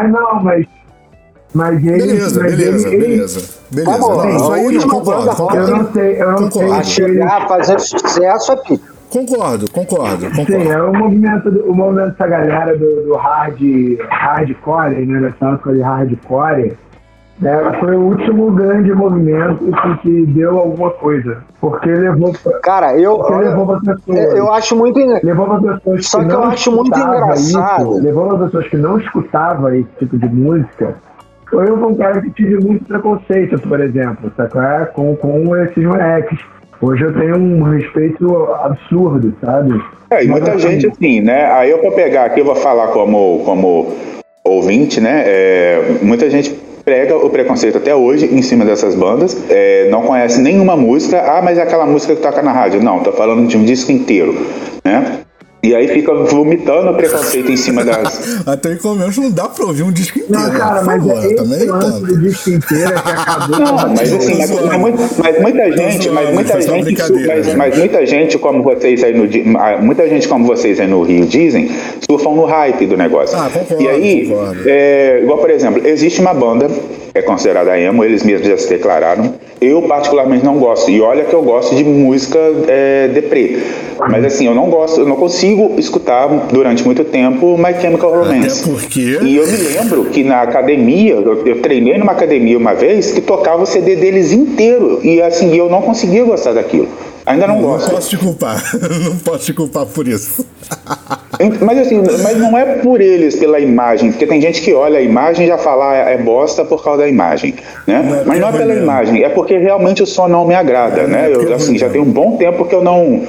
mas ele... Beleza. Tá bom, isso aí não concordo. Eu não sei. A chegar a fazer sucesso é Pitch. Concordo. Sim, é o movimento dessa galera do hardcore, né, dessa época de hardcore, né, foi o último grande movimento que deu alguma coisa. Porque levou pra... Cara, levou pra pessoas. Eu acho muito... Levou pra pessoas Só que eu acho muito engraçado. Levou pra pessoas que não escutavam esse tipo de música. Eu fui um cara que tive muito preconceito, por exemplo, sabe? Com esses moleques. Hoje eu tenho um respeito absurdo, sabe? E muita gente, assim, né? Aí eu vou pegar aqui, eu vou falar como ouvinte, né? Muita gente prega o preconceito até hoje em cima dessas bandas, não conhece nenhuma música, mas é aquela música que toca na rádio. Não, tô falando de um disco inteiro, né? E aí fica vomitando preconceito em cima das... Até aí, pelo menos, não dá pra ouvir um disco inteiro. Não, cara, por mas favor, é também esse lance tanto. do disco inteiro que acabou. Não, mas assim, mas muita gente como vocês aí no Rio dizem, surfam no hype do negócio. Concordo, e aí, concordo. Igual por exemplo, existe uma banda é considerada emo, eles mesmos já se declararam. Eu particularmente não gosto. E olha que eu gosto de música deprê. Mas assim, eu não consigo escutar durante muito tempo My Chemical Romance. Até porque... E eu me lembro que na academia, eu treinei numa academia uma vez que tocava o CD deles inteiro. E assim, eu não conseguia gostar daquilo. Ainda não gosto. Não posso te culpar. Não posso te culpar por isso. Mas assim, mas não é por eles, pela imagem, porque tem gente que olha a imagem e já fala é bosta por causa da imagem, né? Mas não é pela imagem, é porque realmente o som não me agrada, né? Eu assim, já tem um bom tempo que eu não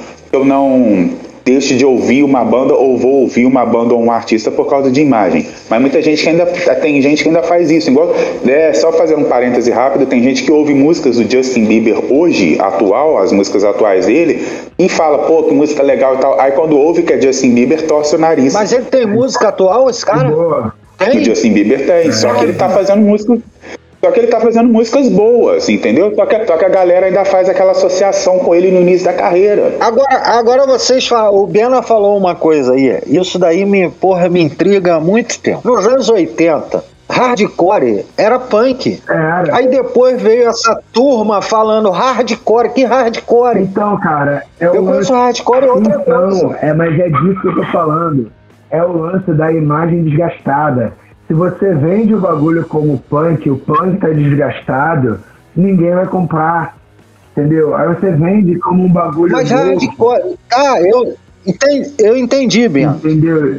deixo de ouvir uma banda ou vou ouvir uma banda ou um artista por causa de imagem. Mas muita gente que tem gente que ainda faz isso. Igual, só fazendo um parêntese rápido, tem gente que ouve músicas do Justin Bieber hoje, atual, as músicas atuais dele, e fala, pô, que música legal e tal. Aí quando ouve que é Justin Bieber, torce o nariz. Mas ele tem música atual, esse cara? O Justin Bieber tem, só que ele tá fazendo música... Só que ele tá fazendo músicas boas, entendeu? Só que a galera ainda faz aquela associação com ele no início da carreira. Agora vocês falam, o Bena falou uma coisa aí, isso daí me intriga há muito tempo. Nos anos 80, hardcore era punk. Era. Aí depois veio essa turma falando hardcore, que hardcore? Então, cara, eu conheço hardcore outra coisa. Mas é disso que eu tô falando. É o lance da imagem desgastada. Se você vende o bagulho como punk, o punk tá desgastado, ninguém vai comprar, entendeu? Aí você vende como um bagulho... Mas hardcore... eu entendi, Bena. Entendeu?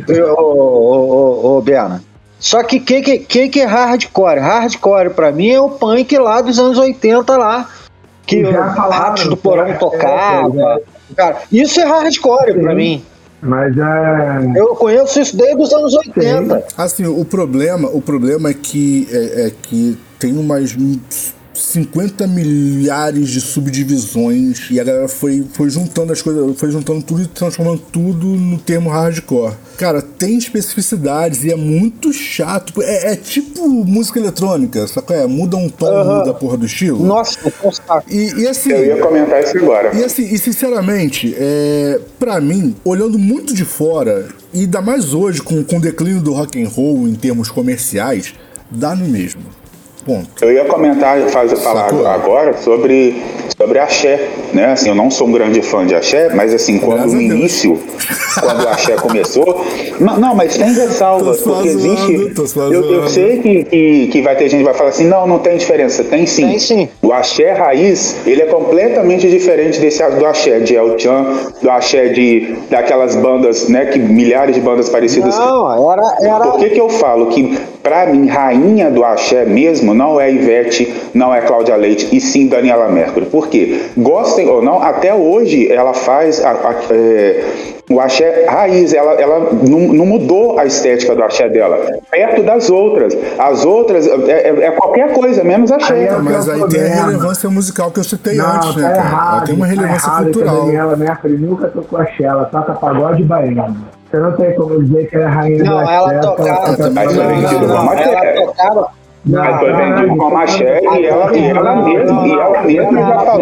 Ô, Bena. Só que que é hardcore? Hardcore pra mim é o punk lá dos anos 80 lá, que o Ratos do Porão tocava. Cara, isso é hardcore pra mim. Mas eu conheço isso desde os anos 80. Assim, o problema é que tem umas 50 milhares de subdivisões e a galera foi juntando as coisas, foi juntando tudo e transformando tudo no termo hardcore. Cara, tem especificidades e é muito chato. É tipo música eletrônica, sabe? Muda um tom, muda a porra do estilo. Nossa, e assim, eu ia comentar isso agora. E assim, sinceramente, pra mim, olhando muito de fora, e ainda mais hoje com o declínio do rock and roll em termos comerciais, dá no mesmo. Ponto. Eu ia comentar, falar agora sobre axé, né? Assim, eu não sou um grande fã de axé, mas assim, quando no início, quando o axé começou... Não, mas tem ressalvas, porque existe... Eu sei que vai ter gente que vai falar assim, não tem diferença. Tem sim. Tem sim. O axé raiz, ele é completamente diferente do axé de El Chan, do axé daquelas bandas, né? Que milhares de bandas parecidas. Não, era... Por que eu falo que, pra mim, rainha do axé mesmo, não é Ivete, não é Cláudia Leite, e sim Daniela Mercury. Por quê? Gostem ou não, até hoje ela faz o axé raiz, ela não mudou a estética do axé dela, perto das outras. As outras é qualquer coisa, menos axé. Mas aí tem a relevância musical que eu citei antes, né, cara? Ela tem uma relevância cultural. A Daniela Mercury nunca tocou axé, ela toca pagode baiano. Você não tem como dizer que ela é rainha do axé. Não, ela tocava. Mas foi vendido como axé. Mas foi vendido como axé e ela mesma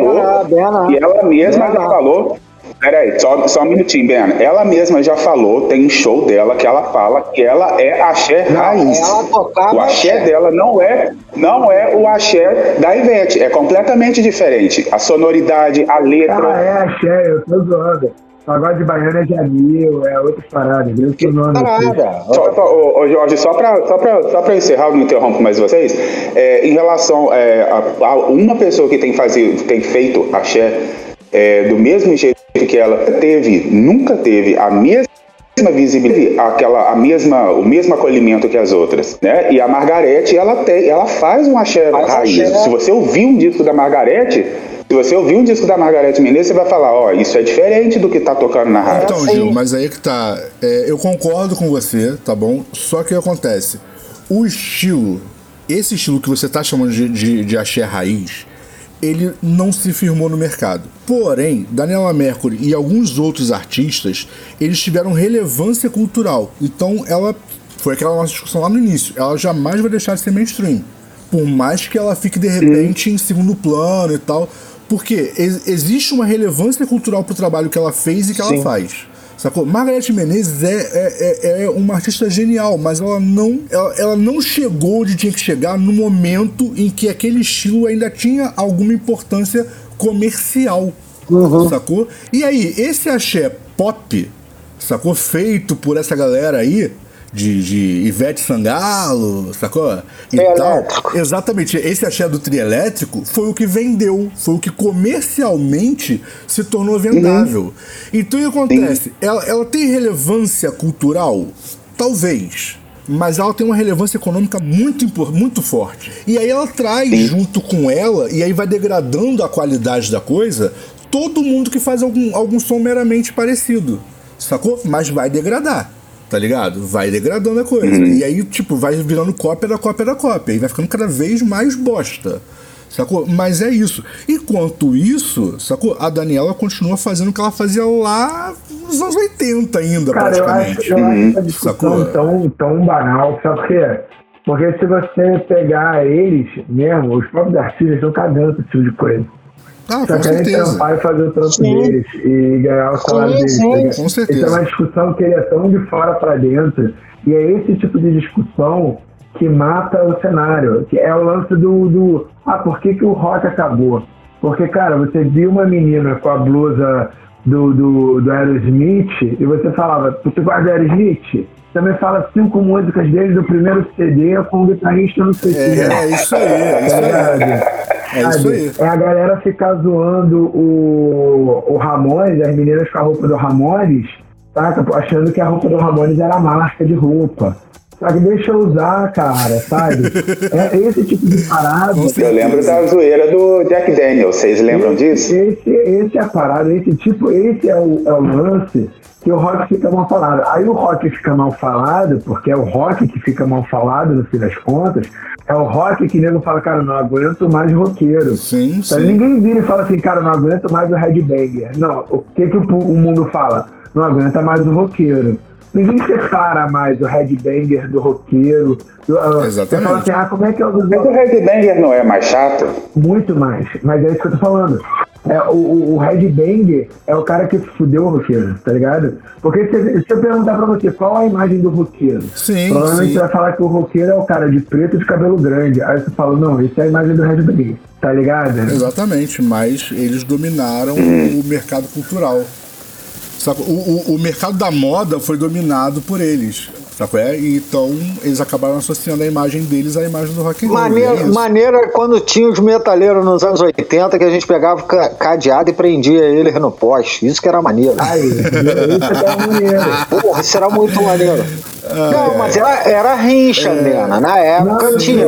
já falou. Peraí, só um minutinho, Ben. Ela mesma já falou, tem um show dela que ela fala que ela é axé raiz. O axé dela não é o axé da Ivete, é completamente diferente. A sonoridade, a letra. Ela é axé, eu tô zoando. Pagode baiano é Jamil, é outras paradas, mesmo que o nome. Jorge, só pra encerrar, eu não interrompo mais vocês, em relação a uma pessoa que tem feito axé do mesmo jeito que ela nunca teve a mesma visibilidade, o mesmo acolhimento que as outras, né? E a Margareth, ela faz um axé raiz. Se você ouvir um disco da Margareth, Menezes, você vai falar, isso é diferente do que tá tocando na rádio. Então, Gil, mas aí que tá. Eu concordo com você, tá bom? Só que o que acontece? Esse estilo que você tá chamando de axé raiz, ele não se firmou no mercado. Porém, Daniela Mercury e alguns outros artistas, eles tiveram relevância cultural. Então, ela foi aquela nossa discussão lá no início. Ela jamais vai deixar de ser mainstream. Por mais que ela fique, de repente, em segundo plano e tal. Porque existe uma relevância cultural pro trabalho que ela fez e que ela faz. Sacou? Margareth Menezes é uma artista genial, mas ela não chegou onde tinha que chegar no momento em que aquele estilo ainda tinha alguma importância comercial. Sacou? E aí, esse axé pop, sacou? Feito por essa galera aí, de Ivete Sangalo, sacou? E tal. Exatamente, esse axé do trio elétrico foi o que vendeu, foi o que comercialmente se tornou vendável. Então o que acontece? Ela tem relevância cultural? Talvez. Mas ela tem uma relevância econômica muito forte. E aí ela traz junto com ela, e aí vai degradando a qualidade da coisa, todo mundo que faz algum som meramente parecido, sacou? Mas vai degradar. Tá ligado? Vai degradando a coisa. E aí, tipo, vai virando cópia da cópia da cópia. E vai ficando cada vez mais bosta. Sacou? Mas é isso. Enquanto isso, sacou? A Daniela continua fazendo o que ela fazia lá nos anos 80 ainda, cara, praticamente. Eu acho essa discussão tão banal. Sabe por quê? Porque se você pegar eles mesmo, os próprios artistas estão cagando pra esse tipo de coisa. Ah, só querem trampar e fazer o trampo deles e ganhar o salário deles. Com certeza. Isso é uma discussão que ele é tão de fora pra dentro. E é esse tipo de discussão que mata o cenário. Que é o lance do por que o rock acabou? Porque, cara, você viu uma menina com a blusa do Aerosmith e você falava, você gosta do Aerosmith? Também fala 5 músicas dele do primeiro CD com o guitarrista no CD. É isso aí. É isso aí. É a galera ficar zoando o Ramones, as meninas com a roupa do Ramones, tá? Achando que a roupa do Ramones era a marca de roupa. Só que deixa eu usar, cara, sabe? É esse tipo de parada. Eu lembro da zoeira do Jack Daniels, vocês lembram disso? Esse é a parada, esse é o lance que o rock fica mal falado. Aí o rock fica mal falado, porque é o rock que fica mal falado, no fim das contas, é o rock que nego fala, cara, não aguento mais roqueiro. Sim. Ninguém vira e fala assim, cara, não aguento mais o headbanger. Não, o que o mundo fala? Não aguenta mais o roqueiro. Ninguém separa mais o headbanger do roqueiro. Exatamente. Fala assim, como é que eu... Mas o headbanger não é mais chato? Muito mais, mas é isso que eu tô falando. O headbanger é o cara que fudeu o roqueiro, tá ligado? Porque se eu perguntar pra você qual a imagem do roqueiro, provavelmente você vai falar que o roqueiro é o cara de preto de cabelo grande. Aí você fala, não, isso é a imagem do headbanger, tá ligado? Exatamente, mas eles dominaram o mercado cultural. Sabe? O mercado da moda foi dominado por eles. Sabe? Então eles acabaram associando a imagem deles à imagem do rock and roll. Maneira quando tinha os metaleiros nos anos 80 que a gente pegava cadeado e prendia eles no poste. Isso que era maneiro. Isso que era maneiro. Porra, isso era muito maneiro. Não, mas era rincha, Nena. Na época tinha.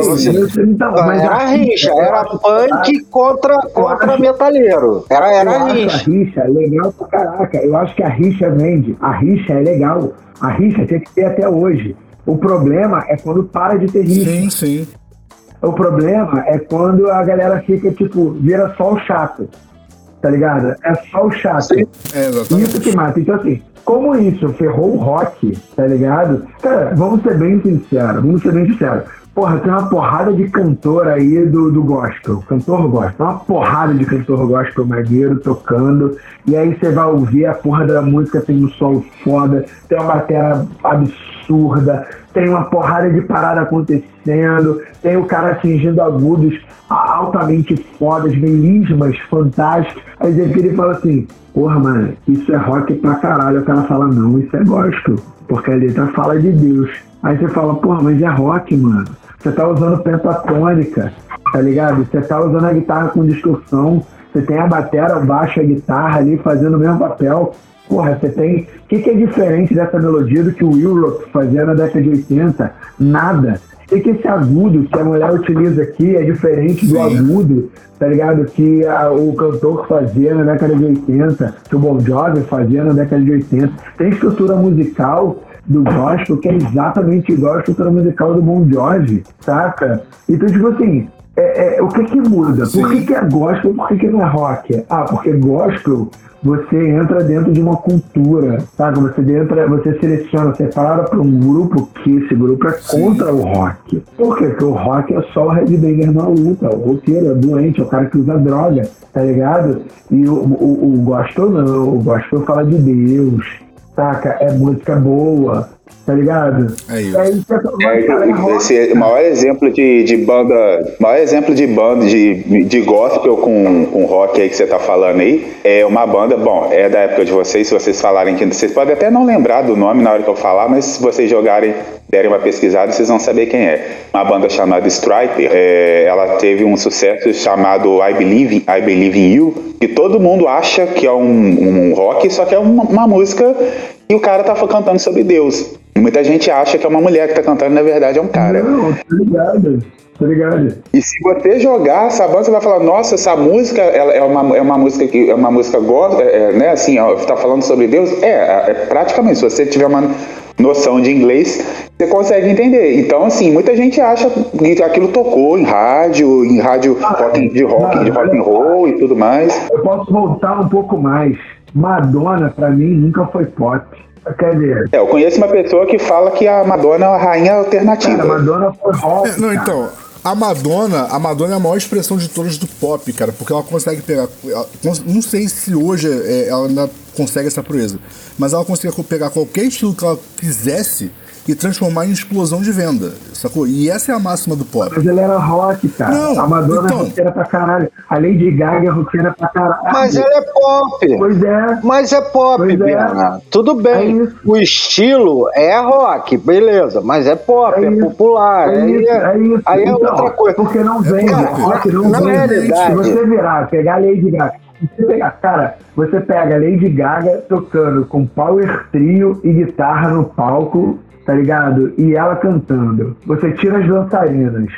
Era rincha, era punk contra metaleiro. Era rincha. A rixa é legal pra caraca. Eu acho que a rixa vende. A rixa é legal. A rixa tem que ter até hoje. O problema é quando para de ter rixa. Sim. O problema é quando a galera fica, tipo, vira só o chato. Tá ligado? É só o chato. Sim. Exatamente. Isso que mata. Então, assim, como isso ferrou o rock, tá ligado? Cara, vamos ser bem sinceros. Porra, tem uma porrada de cantor aí do gospel. Cantor gospel. Uma porrada de cantor gospel maneiro tocando. E aí você vai ouvir a porra da música, tem um solo foda, tem uma bateria absurda, tem uma porrada de parada acontecendo, tem o cara atingindo agudos altamente fodas, melismas fantásticos. Aí você vira e fala assim, porra, mano, isso é rock pra caralho. O cara fala, não, isso é gospel, porque a letra fala de Deus. Aí você fala, porra, mas é rock, mano. Você tá usando pentatônica, tá ligado? Você tá usando a guitarra com distorção, você tem a bateria, o baixo, a guitarra ali fazendo o mesmo papel. Porra, você tem... O que é diferente dessa melodia do que o Europe fazia na década de 80? Nada. O que esse agudo que a mulher utiliza aqui é diferente do agudo, tá ligado? Que o cantor fazia na década de 80, que o Bon Jovi fazia na década de 80. Tem estrutura musical do gospel que é exatamente igual à estrutura musical do Bon Jovi, saca? Então, tipo assim, o que muda? Por que é gospel? Por que não é rock? Porque gospel você entra dentro de uma cultura, sabe? Você seleciona, separa para um grupo que esse grupo é contra o rock. Por quê? Porque o rock é só o headbanger maluco, o roqueiro, é doente, é o cara que usa droga, tá ligado? E o gospel não, o gospel fala de Deus, saca? É música boa, tá ligado? É isso. Esse maior exemplo de banda de gospel com rock aí que você tá falando aí é uma banda, bom, é da época de vocês, se vocês falarem que vocês podem até não lembrar do nome na hora que eu falar, mas se vocês derem uma pesquisada, vocês vão saber quem é. Uma banda chamada Stryper, ela teve um sucesso chamado I Believe in You, que todo mundo acha que é um rock, só que é uma música e o cara tá cantando sobre Deus. Muita gente acha que é uma mulher que tá cantando, na verdade é um cara. Não, tô ligado. E se você jogar essa banda, você vai falar, nossa, essa música é uma música que é uma música gospel, né? Assim, tá falando sobre Deus. Praticamente, se você tiver uma noção de inglês, você consegue entender. Então, assim, muita gente acha que aquilo tocou em rádio de rock and roll e tudo mais. Eu posso voltar um pouco mais. Madonna, pra mim, nunca foi pop. Quer dizer... eu conheço uma pessoa que fala que a Madonna é a rainha alternativa. Cara, a Madonna foi rock, então, a Madonna é a maior expressão de todas do pop, cara, porque ela consegue pegar... Não sei se hoje ela ainda consegue essa proeza, mas ela consegue pegar qualquer estilo que ela quisesse e transformar em explosão de venda, sacou? E essa é a máxima do pop. Mas ela era rock, cara. Não, a Madonna é roqueira pra caralho. A Lady Gaga é roqueira pra caralho. Mas ela é pop. Pois é. Mas é pop, Bernardo. Tudo bem. O estilo é rock, beleza. Mas é pop, é popular. É isso. Aí então, é outra coisa. Porque não vende. Rock não vende. Realidade. Se você pegar a Lady Gaga, você pega a Lady Gaga tocando com power trio e guitarra no palco, tá ligado? E ela cantando. Você tira as dançarinas,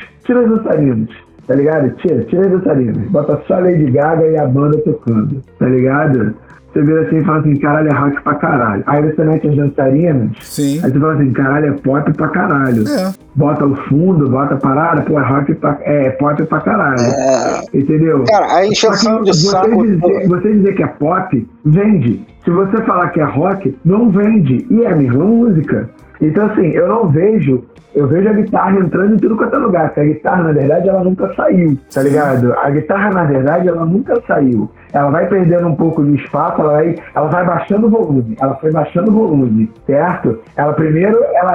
tá ligado? Tira as dançarinas. Bota só a Lady Gaga e a banda tocando, tá ligado? Você vira assim e fala assim, caralho, é rock pra caralho. Aí você mete as dançarinas, sim. Aí você fala assim, caralho, é pop pra caralho. Bota o fundo, bota a parada, pô, é pop pra caralho. Entendeu? Cara, a encheção de saco... Você dizer que é pop, vende. Se você falar que é rock, não vende. E é a mesma música. Então, assim, eu vejo a guitarra entrando em tudo quanto é lugar, porque a guitarra, na verdade, ela nunca saiu, tá ligado? A guitarra, na verdade, ela nunca saiu. Ela vai perdendo um pouco de espaço, ela vai baixando o volume. Ela foi baixando o volume, certo? Ela primeiro, ela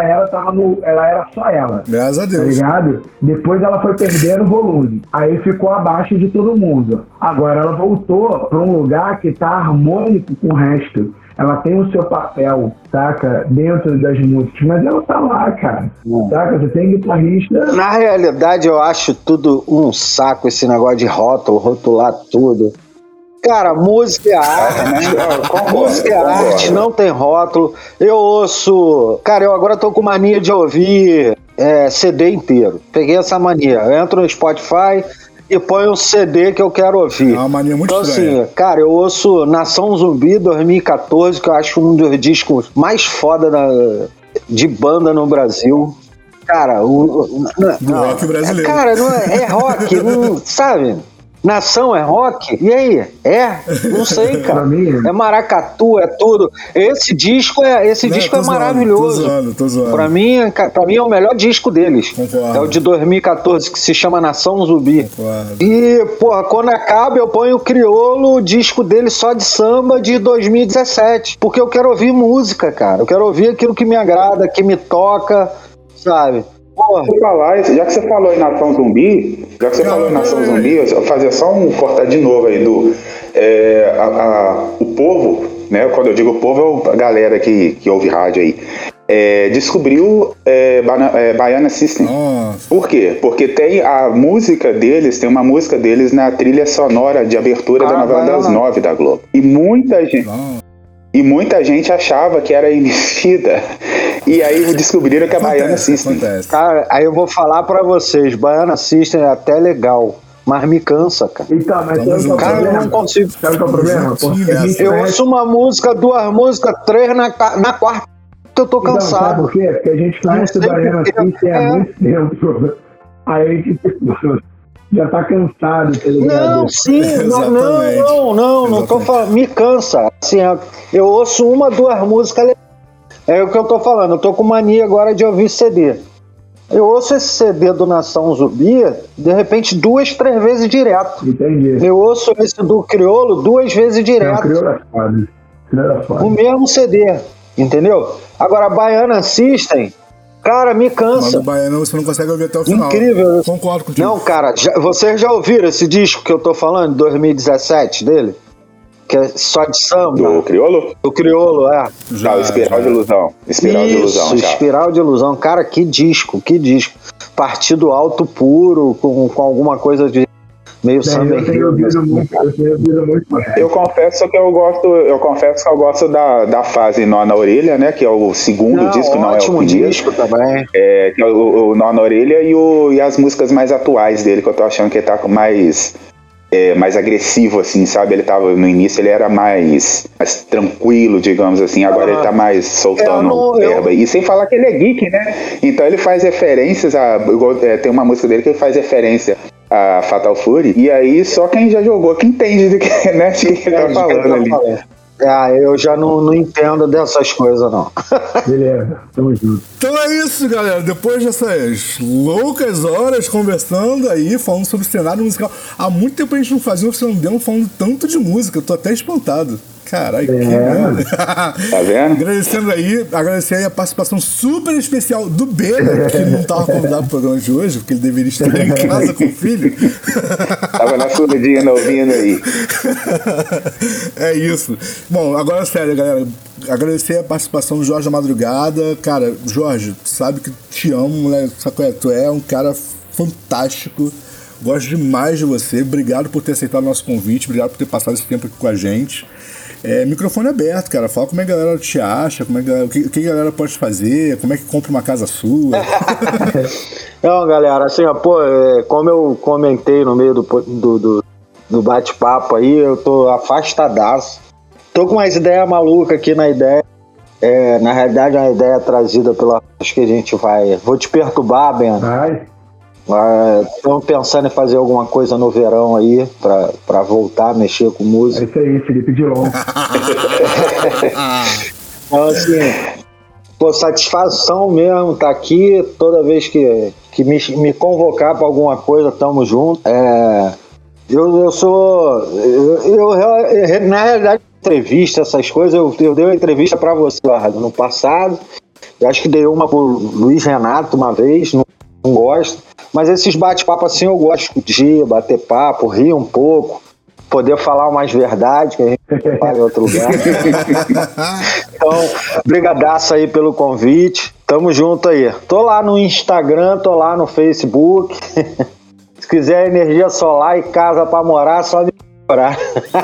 era só ela. Graças a Deus. Tá ligado? Depois ela foi perdendo o volume. Aí ficou abaixo de todo mundo. Agora ela voltou pra um lugar que tá harmônico com o resto. Ela tem o seu papel, saca? Dentro das músicas, mas ela tá lá, cara. Saca? Você tem guitarrista... Na realidade, eu acho tudo um saco, esse negócio de rótulo, rotular tudo. Cara, música é arte. Música é arte, não tem rótulo. Eu ouço... Cara, eu agora tô com mania de ouvir CD inteiro. Peguei essa mania. Eu entro no Spotify... e põe um CD que eu quero ouvir. É uma mania muito estranha. Assim, cara, eu ouço Nação Zumbi 2014, que eu acho um dos discos mais foda de banda no Brasil. Cara, do rock brasileiro. Cara, não é rock, não, sabe? Nação é rock? E aí? Não sei, cara. É maracatu, é tudo. Esse disco é maravilhoso. Tô zoando. Pra mim é o melhor disco deles. Concordo. É o de 2014, que se chama Nação Zumbi. Concordo. E, porra, quando acaba, eu ponho o Criolo, o disco dele só de samba de 2017. Porque eu quero ouvir música, cara. Eu quero ouvir aquilo que me agrada, que me toca, sabe? Porra. Já que você falou em Nação Zumbi, eu vou fazer só um cortar de novo aí o povo, né? Quando eu digo o povo, é a galera que ouve rádio aí. Descobriu Baiana System. Por quê? Porque tem uma música deles na trilha sonora de abertura da novela das 9 da Globo. E muita gente achava que era Emicida. E aí descobriram que é Baiana System. Cara, aí eu vou falar pra vocês, Baiana System é até legal, mas me cansa, cara. Então, mas eu não consigo. Sabe qual é o problema? Porque eu ouço uma música, 2 músicas, 3 na quarta que eu tô cansado. Sabe por quê? Porque a gente conhece Baiana System há muito tempo. Aí já tá cansado, tá ligado? Não, sim, não tô falando, me cansa. Assim, eu ouço 1, 2 músicas. É o que eu tô falando, eu tô com mania agora de ouvir CD. Eu ouço esse CD do Nação Zumbi, de repente 2, 3 vezes direto. Entendi. Eu ouço esse do Criolo 2 vezes direto. O Criolo é foda. O mesmo CD, entendeu? Agora, Baiana System, cara, me cansa. Mas o Baiano você não consegue ouvir até o final. Incrível. Concordo contigo. Não, cara, vocês já ouviram esse disco que eu tô falando, de 2017 dele? Que é só de samba. Do Criolo? Do Criolo, é. Já, Espiral de Ilusão. Espiral de Ilusão, já. Espiral de Ilusão. Cara, que disco. Partido alto puro, com alguma coisa de meio samba. Eu tenho ouvido muito. Eu confesso que eu gosto da fase Nó na Orelha, né? Que é o segundo disco, não é o primeiro. Disco também. Que é o Nó na Orelha e as músicas mais atuais dele, que eu tô achando que ele tá com mais agressivo, assim, sabe? Ele tava, no início ele era mais tranquilo, digamos assim, agora ele tá mais soltando verba. E sem falar que ele é geek, né? Então ele faz referências tem uma música dele que ele faz referência a Fatal Fury, e aí só quem já jogou que entende do que, né, de que ele tá falando ali. Eu já não entendo dessas coisas, não. Beleza, tamo junto. Então é isso, galera. Depois dessas loucas horas conversando aí, falando sobre o cenário musical. Há muito tempo a gente não fazia um Oficina do Demo falando tanto de música. Eu tô até espantado. Caralho, que merda. Tá vendo? Agradecer aí a participação super especial do Bena, que não tava convidado pro programa de hoje, porque ele deveria estar em casa com o filho. Tava na surdina ouvindo aí. É isso. Bom, agora sério, galera. Agradecer a participação do Jorge da Madrugada. Cara, Jorge, tu sabe que te amo, moleque. Tu é um cara fantástico. Gosto demais de você. Obrigado por ter aceitado o nosso convite. Obrigado por ter passado esse tempo aqui com a gente. Microfone aberto, cara. Fala como é que a galera te acha, o que a galera pode fazer, como é que compra uma casa sua. Não, galera, assim, como eu comentei no meio do bate-papo aí, eu tô afastadaço. Tô com umas ideias malucas aqui na ideia. Na realidade, a ideia trazida pela... Acho que a gente vai... Vou te perturbar, Ben. Estamos pensando em fazer alguma coisa no verão aí pra voltar a mexer com música. É isso aí, Felipe Dilon. Então, assim, satisfação mesmo tá aqui. Toda vez que me convocar pra alguma coisa, tamo junto. Na realidade, entrevista, essas coisas, eu dei uma entrevista pra você no passado. Eu acho que dei uma pro Luiz Renato uma vez, não gosto. Mas esses bate-papo assim eu gosto de bater papo, rir um pouco, poder falar mais verdade, que a gente não fala em outro lugar. Então, brigadaço aí pelo convite. Tamo junto aí. Tô lá no Instagram, tô lá no Facebook. Se quiser energia solar e casa pra morar, só me procurar.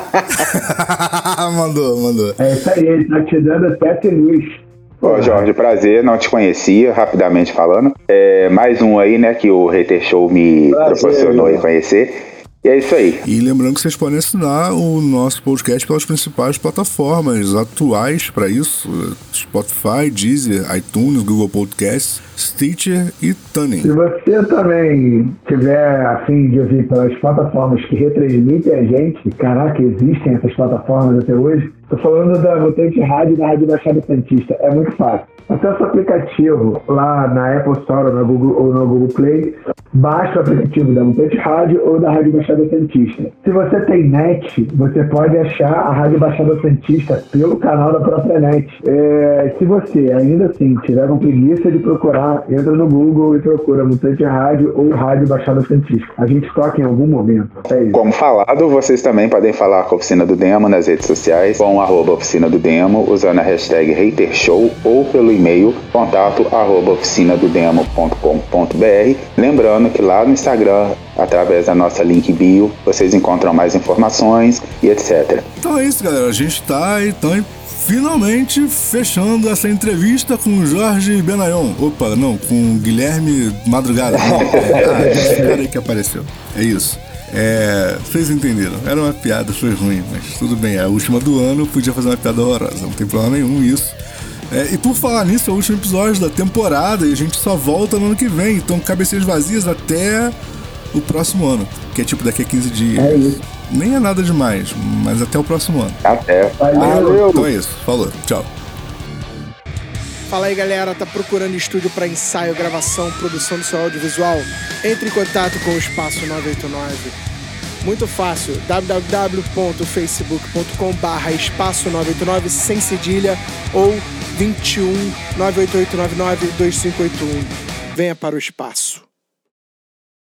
Mandou. É isso aí, ele tá te dando até luz. Ô, Jorge, prazer, não te conhecia, rapidamente falando. Mais um aí, né, que o Hater Show me proporcionou aí conhecer. E é isso aí. E lembrando que vocês podem assinar o nosso podcast pelas principais plataformas atuais para isso: Spotify, Deezer, iTunes, Google Podcasts, Stitcher e Tuning. Se você também tiver afim de ouvir pelas plataformas que retransmitem a gente, caraca, existem essas plataformas até hoje. Tô falando da Mutante Rádio e da Rádio Baixada Santista. É muito fácil. Acesse o aplicativo lá na Apple Store ou no Google Play. Baixa o aplicativo da Mutante Rádio ou da Rádio Baixada Santista. Se você tem net, você pode achar a Rádio Baixada Santista pelo canal da própria net. Se você, ainda assim, tiver com preguiça de procurar, entra no Google e procura Mutante Rádio ou Rádio Baixada Santista. A gente toca em algum momento. É isso. Como falado, vocês também podem falar com a Oficina do Demo nas redes sociais, com @Oficina do Demo, usando a hashtag HaterShow ou pelo e-mail contato@oficinadodemo.com.br. Lembrando que lá no Instagram, através da nossa link bio, vocês encontram mais informações e etc. Então é isso, galera. A gente tá finalmente fechando essa entrevista com o Jorge Benayon. Opa, não, com o Guilherme Madrugada. Esse cara aí que apareceu. É isso. Vocês entenderam. Era uma piada, foi ruim, mas tudo bem. É a última do ano, podia fazer uma piada horrorosa. Não tem problema nenhum isso. E por falar nisso, é o último episódio da temporada e a gente só volta no ano que vem. Então, cabeceiras vazias até o próximo ano, que é tipo daqui a 15 dias. É isso. Nem é nada demais, mas até o próximo ano. Até. Valeu. Então é isso. Falou. Tchau. Fala aí, galera, tá procurando estúdio para ensaio, gravação, produção do seu audiovisual? Entre em contato com o Espaço 989. Muito fácil, www.facebook.com/espaço989 sem cedilha ou 21 98899 2581. Venha para o espaço.